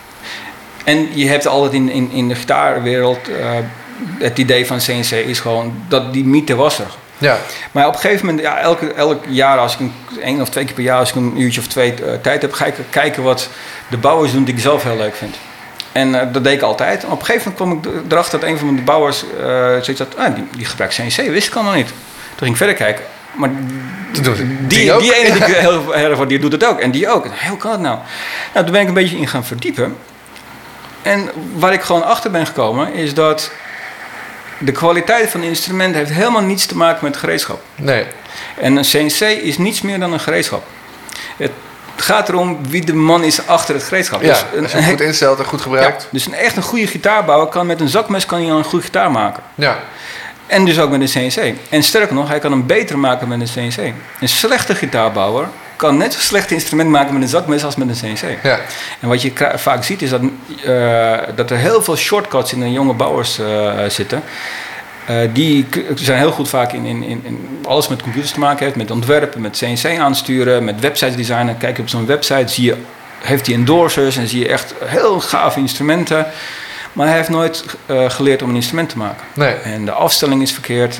En je hebt altijd in de gitaarwereld... het idee van CNC is gewoon dat die mythe was er. Ja. Maar op een gegeven moment, ja, elk jaar, als ik 1 of 2 keer per jaar, als ik een uurtje of 2 tijd heb, ga ik kijken wat de bouwers doen die ik zelf heel leuk vind. En dat deed ik altijd. En op een gegeven moment kwam ik erachter dat een van de bouwers zoiets had, die gebruikt CNC, wist ik allemaal niet. Toen ging ik verder kijken. Maar die ene die ik heel erg van, die doet het ook. En die ook. En hoe kan het nou? Nou, toen ben ik een beetje in gaan verdiepen. En waar ik gewoon achter ben gekomen, is dat de kwaliteit van een instrument heeft helemaal niets te maken met gereedschap. Nee. En een CNC is niets meer dan een gereedschap. Het gaat erom wie de man is achter het gereedschap. Ja, dus als je het goed instelt en goed gebruikt. Ja, dus een goede gitaarbouwer kan met een zakmes al een goede gitaar maken. Ja. En dus ook met een CNC. En sterker nog, hij kan hem beter maken met een CNC. Een slechte gitaarbouwer kan net zo slecht instrument maken met een zakmes als met een CNC. Ja. En wat je vaak ziet is dat er heel veel shortcuts in de jonge bouwers zitten. Die zijn heel goed vaak in alles met computers te maken heeft. Met ontwerpen, met CNC aansturen, met websites designen. Kijk je op zo'n website, heeft hij endorsers en zie je echt heel gave instrumenten. Maar hij heeft nooit geleerd om een instrument te maken. Nee. En de afstelling is verkeerd.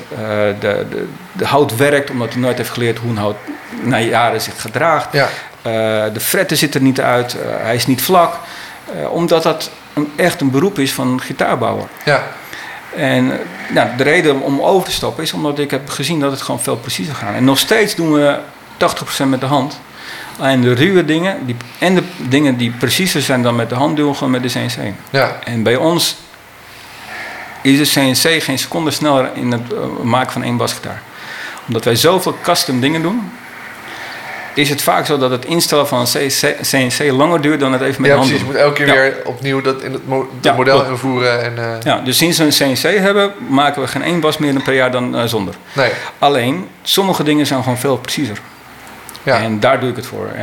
De hout werkt omdat hij nooit heeft geleerd hoe een hout na jaren zich gedraagt. Ja. De fretten zitten er niet uit. Hij is niet vlak. Omdat dat echt een beroep is van een gitaarbouwer. Ja. En de reden om over te stappen is omdat ik heb gezien dat het gewoon veel preciezer gaat. En nog steeds doen we 80% met de hand. En de ruwe dingen en de dingen die preciezer zijn dan met de hand doen we gewoon met de CNC. Ja. En bij ons is de CNC geen seconde sneller in het maken van 1 basgitaar. Omdat wij zoveel custom dingen doen, is het vaak zo dat het instellen van een CNC langer duurt dan het even met de hand doen. Ja, precies. Je moet elke keer weer opnieuw dat in het model invoeren. En, Ja, dus sinds we een CNC hebben, maken we geen 1 bas meer per jaar dan zonder. Nee. Alleen, sommige dingen zijn gewoon veel preciezer. Ja. En daar doe ik het voor.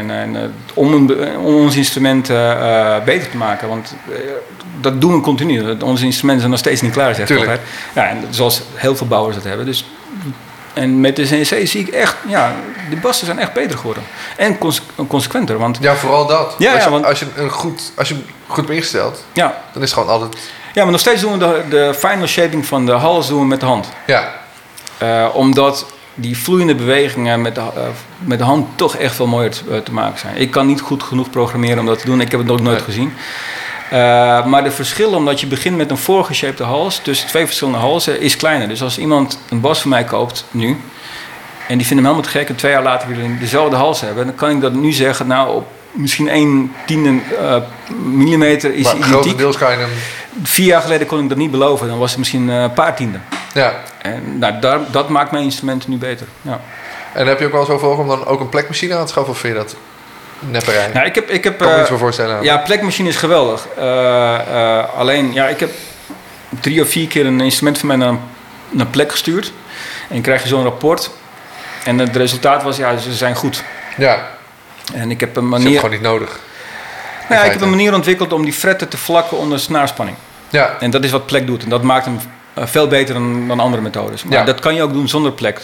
Om ons instrument beter te maken. Want dat doen we continu. Onze instrumenten zijn nog steeds niet klaar, zeg ik altijd. Ja, en zoals heel veel bouwers dat hebben. Dus, en met de CNC zie ik echt, de bassen zijn echt beter geworden. En consequenter. Want, ja, vooral dat. Ja, als je hem goed hebt ingesteld, dan is het gewoon altijd... Ja, maar nog steeds doen we de final shaping van de hals doen we met de hand. Ja. Omdat die vloeiende bewegingen met de hand toch echt veel mooier te maken zijn. Ik kan niet goed genoeg programmeren om dat te doen. Ik heb het nog nooit gezien. Maar de verschil, omdat je begint met een voorgeshapte hals tussen 2 verschillende halzen, is kleiner. Dus als iemand een bas van mij koopt nu en die vindt hem helemaal te gek en 2 jaar later weer dezelfde hals hebben, dan kan ik dat nu zeggen, nou op misschien 1/10 millimeter is identiek. Grotendeels kan je hem... 4 jaar geleden kon ik dat niet beloven, dan was het misschien een paar tienden. Ja. En dat maakt mijn instrumenten nu beter. Ja. En heb je ook wel eens overwogen om dan ook een plekmachine aan te schaffen, of vind je dat nepperij? Nou, ik heb kan me iets voor voorstellen. Ja, plekmachine is geweldig. Alleen, ik heb 3 of 4 keer een instrument van mij naar een plek gestuurd. En dan krijg je zo'n rapport. En het resultaat was, ze zijn goed. Ja. En ik heb een manier... Is het gewoon niet nodig? Nou, ik heb een manier ontwikkeld om die fretten te vlakken onder snaarspanning. Ja. En dat is wat plek doet. En dat maakt hem veel beter dan andere methodes. Maar dat kan je ook doen zonder plek.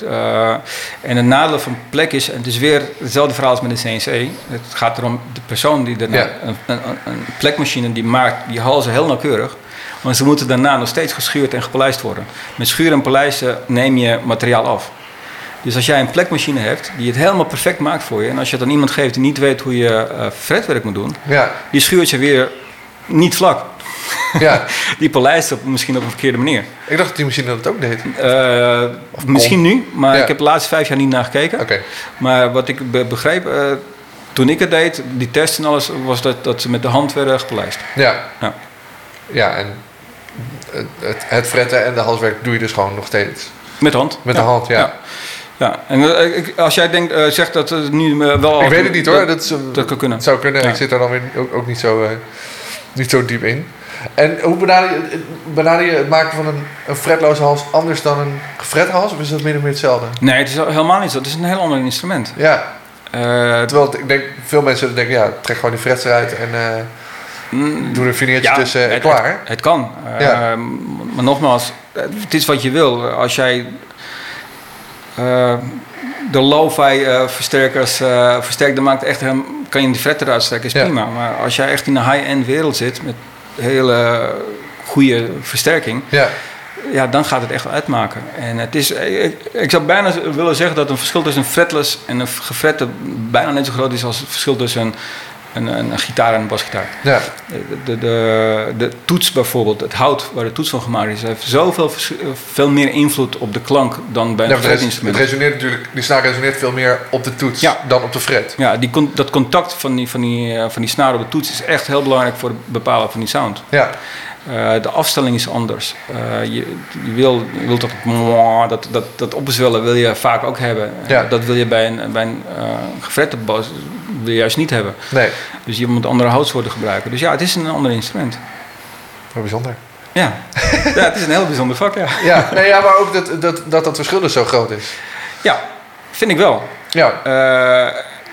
En het nadeel van plek is, en het is weer hetzelfde verhaal als met de CNC. Het gaat erom, de persoon die een plekmachine die maakt, die halzen heel nauwkeurig. Maar ze moeten daarna nog steeds geschuurd en gepolijst worden. Met schuren en polijsten neem je materiaal af. Dus als jij een plekmachine hebt die het helemaal perfect maakt voor je... en als je het aan iemand geeft die niet weet hoe je fretwerk moet doen... Ja. die schuurt je weer niet vlak. Ja. Die polijst misschien op een verkeerde manier. Ik dacht dat die machine dat ook deed. Misschien nu, maar Ja. ik heb de laatste 5 jaar niet naar gekeken. Oké. Maar wat ik begreep, toen ik het deed, die test en alles... was dat ze met de hand werden gepolijst. Ja. Ja. Ja, en het fretten en de halswerk doe je dus gewoon nog steeds. Met de hand. Met de hand, ja. Ja, en als jij zegt dat het nu wel... Ik weet het niet hoor. Dat kan kunnen. Het zou kunnen. Ja. Ik zit daar dan weer ook niet zo diep in. En hoe benader je het maken van een fretloze hals anders dan een gefret hals? Of is dat min of meer hetzelfde? Nee, het is helemaal niet zo. Het is een heel ander instrument. Ja. Terwijl ik denk, veel mensen denken, ja, trek gewoon die frets eruit en doe er een vineertje tussen en klaar. Het kan. Ja. Maar nogmaals, het is wat je wil. Als jij de lo-fi versterkers versterkt, dan maakt echt kan je die fret eruit strekken, is prima. Maar als jij echt in een high-end wereld zit met hele goede versterking, ja, dan gaat het echt wel uitmaken. En het is, ik zou bijna willen zeggen dat een verschil tussen een fretless en een gefrette bijna net zo groot is als het verschil tussen een gitaar en een basgitaar. Ja. De toets bijvoorbeeld, het hout waar de toets van gemaakt is, heeft veel meer invloed op de klank dan bij een fretinstrument. Het resoneert natuurlijk, die snaar resoneert veel meer op de toets dan op de fret. Ja, dat contact van die snaar op de toets is echt heel belangrijk voor het bepalen van die sound. Ja. De afstelling is anders. Je wilt dat opzwellen wil je vaak ook hebben. Ja. Dat wil je bij een gefrette bas wil je juist niet hebben. Nee. Dus je moet andere houtsoorten gebruiken. Dus ja, het is een ander instrument. Wat bijzonder. Ja. Ja, het is een heel bijzonder vak, ja. Ja, nee, ja, maar ook dat verschil dus zo groot is. Ja, vind ik wel. Ja.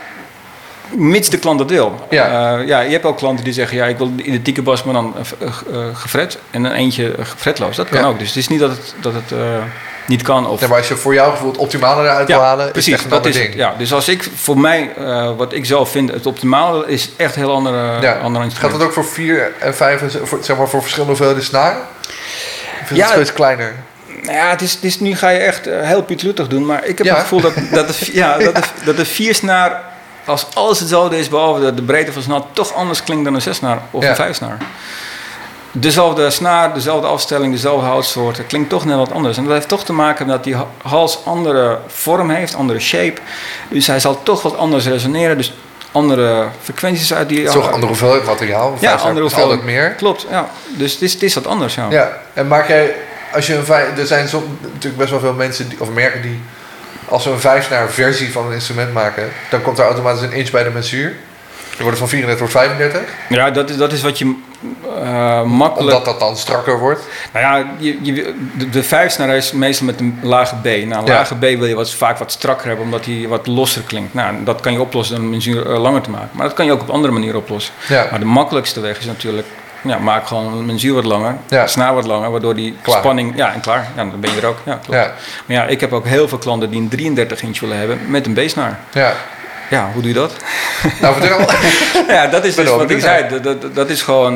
Mits de klant dat wil. Ja. Je hebt ook klanten die zeggen, ja, ik wil de identieke bas, maar dan gefret. En een eentje fretloos. Dat kan ook. Dus het is niet dat het niet kan. Of... Nee, maar als je voor jouw gevoel het optimale eruit wil halen, precies, is het echt een ander ding. Ja, dus als ik voor mij, wat ik zelf vind, het optimale is echt heel andere instrument. Gaat dat ook voor 4 en 5, zeg maar voor verschillende hoeveelheden snaren? Of is het steeds kleiner? Ja, het is, nu ga je echt heel pietluttig doen, maar ik heb het gevoel dat de 4 snaar, als alles hetzelfde is, behalve de breedte van snaar, toch anders klinkt dan een 6 snaar of een 5 snaar. Dezelfde snaar, dezelfde afstelling, dezelfde houtsoort, het klinkt toch net wat anders. En dat heeft toch te maken met dat die hals andere vorm heeft, andere shape. Dus hij zal toch wat anders resoneren, dus andere frequenties uit die... Toch andere hoeveelheid materiaal? Ja, andere hoeveelheid. Altijd meer? Klopt, ja. Dus het is wat anders, ja. Ja, en maak jij, als je er zijn natuurlijk best wel veel mensen of merken die, als ze een 5-snaar versie van een instrument maken, dan komt er automatisch een inch bij de mensuur. Dan wordt het van 34 wordt 35. Ja, dat is wat je makkelijk... Omdat dat dan strakker wordt? Nou ja, de 5-snaar is meestal met een lage B. Nou, een lage B wil je vaak wat strakker hebben, omdat die wat losser klinkt. Nou, dat kan je oplossen door een mensuur langer te maken. Maar dat kan je ook op andere manieren oplossen. Ja. Maar de makkelijkste weg is natuurlijk... Ja, maak gewoon een mensuur wat langer, snaar wat langer, waardoor die spanning... Ja, en klaar. Ja, dan ben je er ook. Ja, klopt. Ja. Maar ja, ik heb ook heel veel klanten die een 33 inch willen hebben met een B-snaar. Ja. Ja, hoe doe je dat? Nou, vertel. Ja, dat is dus wat ik zei. Dat is gewoon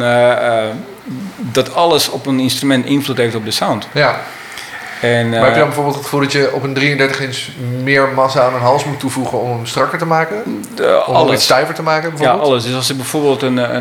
dat alles op een instrument invloed heeft op de sound. Ja. En, maar heb je dan bijvoorbeeld het gevoel dat je op een 33 inch meer massa aan een hals moet toevoegen om hem strakker te maken? Om hem iets stijver te maken bijvoorbeeld? Ja, alles. Dus als je bijvoorbeeld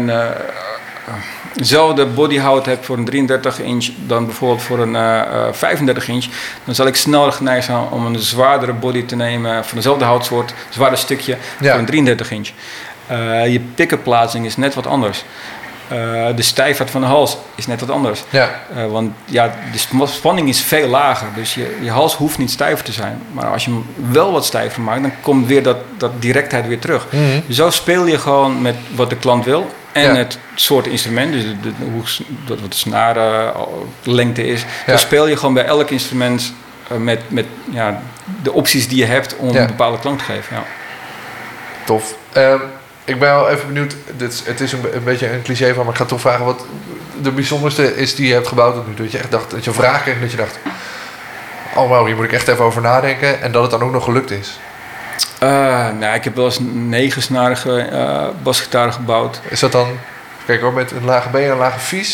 dezelfde bodyhout hebt voor een 33 inch dan bijvoorbeeld voor een 35 inch, dan zal ik sneller geneigd zijn om een zwaardere body te nemen van dezelfde houtsoort, een zwaarder stukje voor een 33 inch. Je pick-up plaatsing is net wat anders. De stijfheid van de hals is net wat anders. Ja. Want ja, de spanning is veel lager, dus je hals hoeft niet stijver te zijn. Maar als je hem wel wat stijver maakt, dan komt weer dat directheid weer terug. Mm-hmm. Dus zo speel je gewoon met wat de klant wil. En het soort instrument, dus wat de snaarlengte is. Ja. Dan speel je gewoon bij elk instrument met de opties die je hebt om een bepaalde klank te geven. Ja. Tof. Ik ben wel even benieuwd, het is een beetje een cliché van, maar ik ga toch vragen wat de bijzonderste is die je hebt gebouwd tot nu. Dat je echt dacht, dat je een vraag kreeg en dat je dacht, oh wow, hier moet ik echt even over nadenken. En dat het dan ook nog gelukt is. Ik heb wel eens 9-snarige basgitaar gebouwd. Is dat dan, kijk hoor, met een lage B en een lage vies?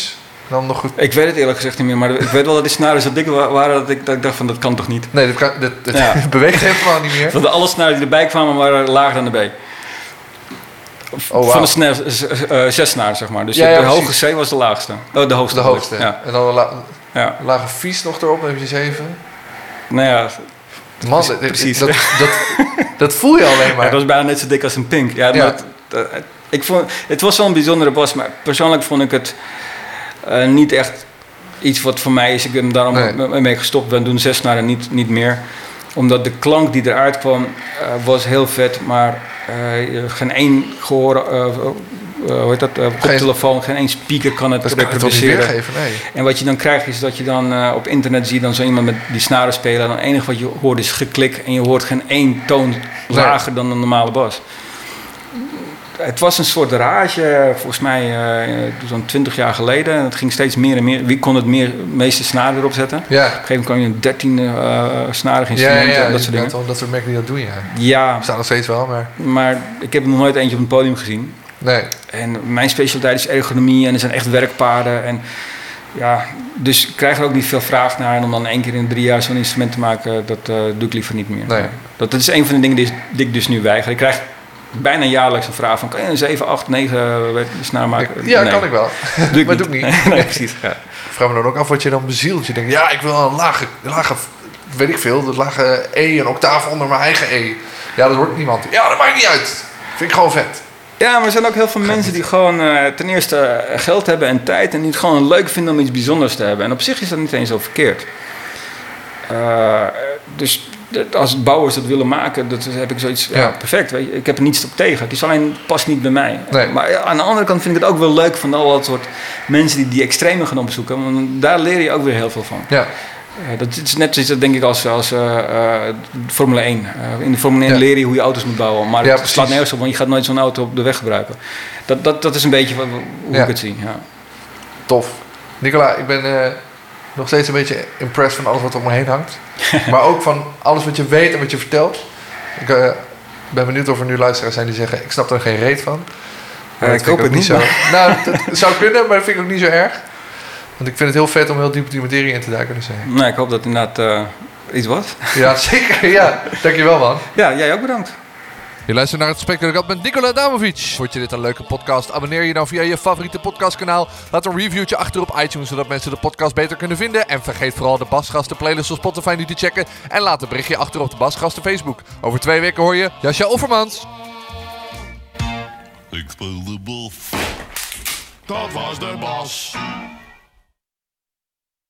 nam nog goed. Ik weet het eerlijk gezegd niet meer, maar ik weet wel dat die snaren zo dik waren dat ik dacht van dat kan toch niet. Nee, dit Ja. beweegt helemaal niet meer. Want alle snaren die erbij kwamen waren lager dan de B. Oh, Van de 6 snaren, zeg maar. Dus Ja, de precies. hoge C was de laagste. Oh, de hoogste. De hoogste. Ja. En dan een Ja. lage vies nog erop, dan heb je 7. Nou ja, Man, precies. dat voel je alleen ja, maar. dat was bijna net zo dik als een pink. Ja, Ja. maar het was wel een bijzondere bas, maar persoonlijk vond ik het niet echt iets wat voor mij is. Ik ben daarom mee gestopt. We doen 6 snaren, niet meer. Omdat de klank die eruit kwam was heel vet, maar geen één gehoor, koptelefoon, geen één speaker kan het Dat kan je toch niet reproduceren. weergeven, nee. En wat je dan krijgt is dat je dan op internet zie je dan zo iemand met die snaren spelen. En dan het enige wat je hoort is geklik en je hoort geen één toon lager dan een normale bas. Het was een soort rage, volgens mij zo'n 20 jaar geleden. En het ging steeds meer en meer. Wie kon het meeste snaren erop zetten? Ja. Op een gegeven moment kwam je een 13 snarig instrument en dat soort dingen. Dat soort merken die dat doen, ja. Ja, Er staan nog steeds wel, maar... maar ik heb er nog nooit eentje op een podium gezien. Nee. En mijn specialiteit is ergonomie en er zijn echt werkpaden. En ja, dus ik krijg er ook niet veel vraag naar. En om dan 1 keer in 3 jaar zo'n instrument te maken, dat doe ik liever niet meer. Nee. Dat is een van de dingen die ik dus nu weiger. Ik krijg bijna jaarlijks een vraag van, kan je een 7, 8, 9 snaar maken? Ja, Nee. kan ik wel. Doe ik maar niet. doe ik niet. Nee, precies. Ja. Ik vraag me dan ook af wat je dan bezielt. Je denkt, ja, ik wil een lage, weet ik veel, de lage E, een octaaf onder mijn eigen E. Ja, dat hoort niemand. Ja, dat maakt niet uit. Vind ik gewoon vet. Ja, maar er zijn ook heel veel mensen die gewoon ten eerste geld hebben en tijd en die het gewoon leuk vinden om iets bijzonders te hebben. En op zich is dat niet eens zo verkeerd. Dus als bouwers dat willen maken, dat heb ik zoiets, ja, perfect. Weet je. Ik heb er niets op tegen. Het is alleen, past niet bij mij. Nee. Maar ja, aan de andere kant vind ik het ook wel leuk van al dat soort mensen die extreme gaan opzoeken. Want daar leer je ook weer heel veel van. Ja. Dat is net zoiets, denk ik, als Formule 1. In de Formule 1 leer je hoe je auto's moet bouwen. Maar het slaat nergens op, want je gaat nooit zo'n auto op de weg gebruiken. Dat is een beetje hoe ik het zie. Ja. Tof. Nicola, ik ben nog steeds een beetje impressed van alles wat om me heen hangt. Maar ook van alles wat je weet en wat je vertelt. Ik ben benieuwd of er nu luisteraars zijn die zeggen, ik snap er geen reet van. Maar dat ik vind hoop het ook niet. zo. Nou, dat zou kunnen, maar dat vind ik ook niet zo erg. Want ik vind het heel vet om heel diep die materie in te duiken. Dus, Nou, ik hoop dat inderdaad iets wordt. ja, zeker. Ja, dankjewel man. Ja, jij ook bedankt. Je luistert naar het gesprek dat ik had met Nikola Adamovic. Vond je dit een leuke podcast? Abonneer je dan via je favoriete podcastkanaal. Laat een reviewtje achter op iTunes, zodat mensen de podcast beter kunnen vinden. En vergeet vooral de Basgasten playlist op Spotify nu te checken. En laat een berichtje achter op de Basgasten Facebook. Over 2 weken hoor je Jascha Offermans. Ik speel de bas. Dat was de bas.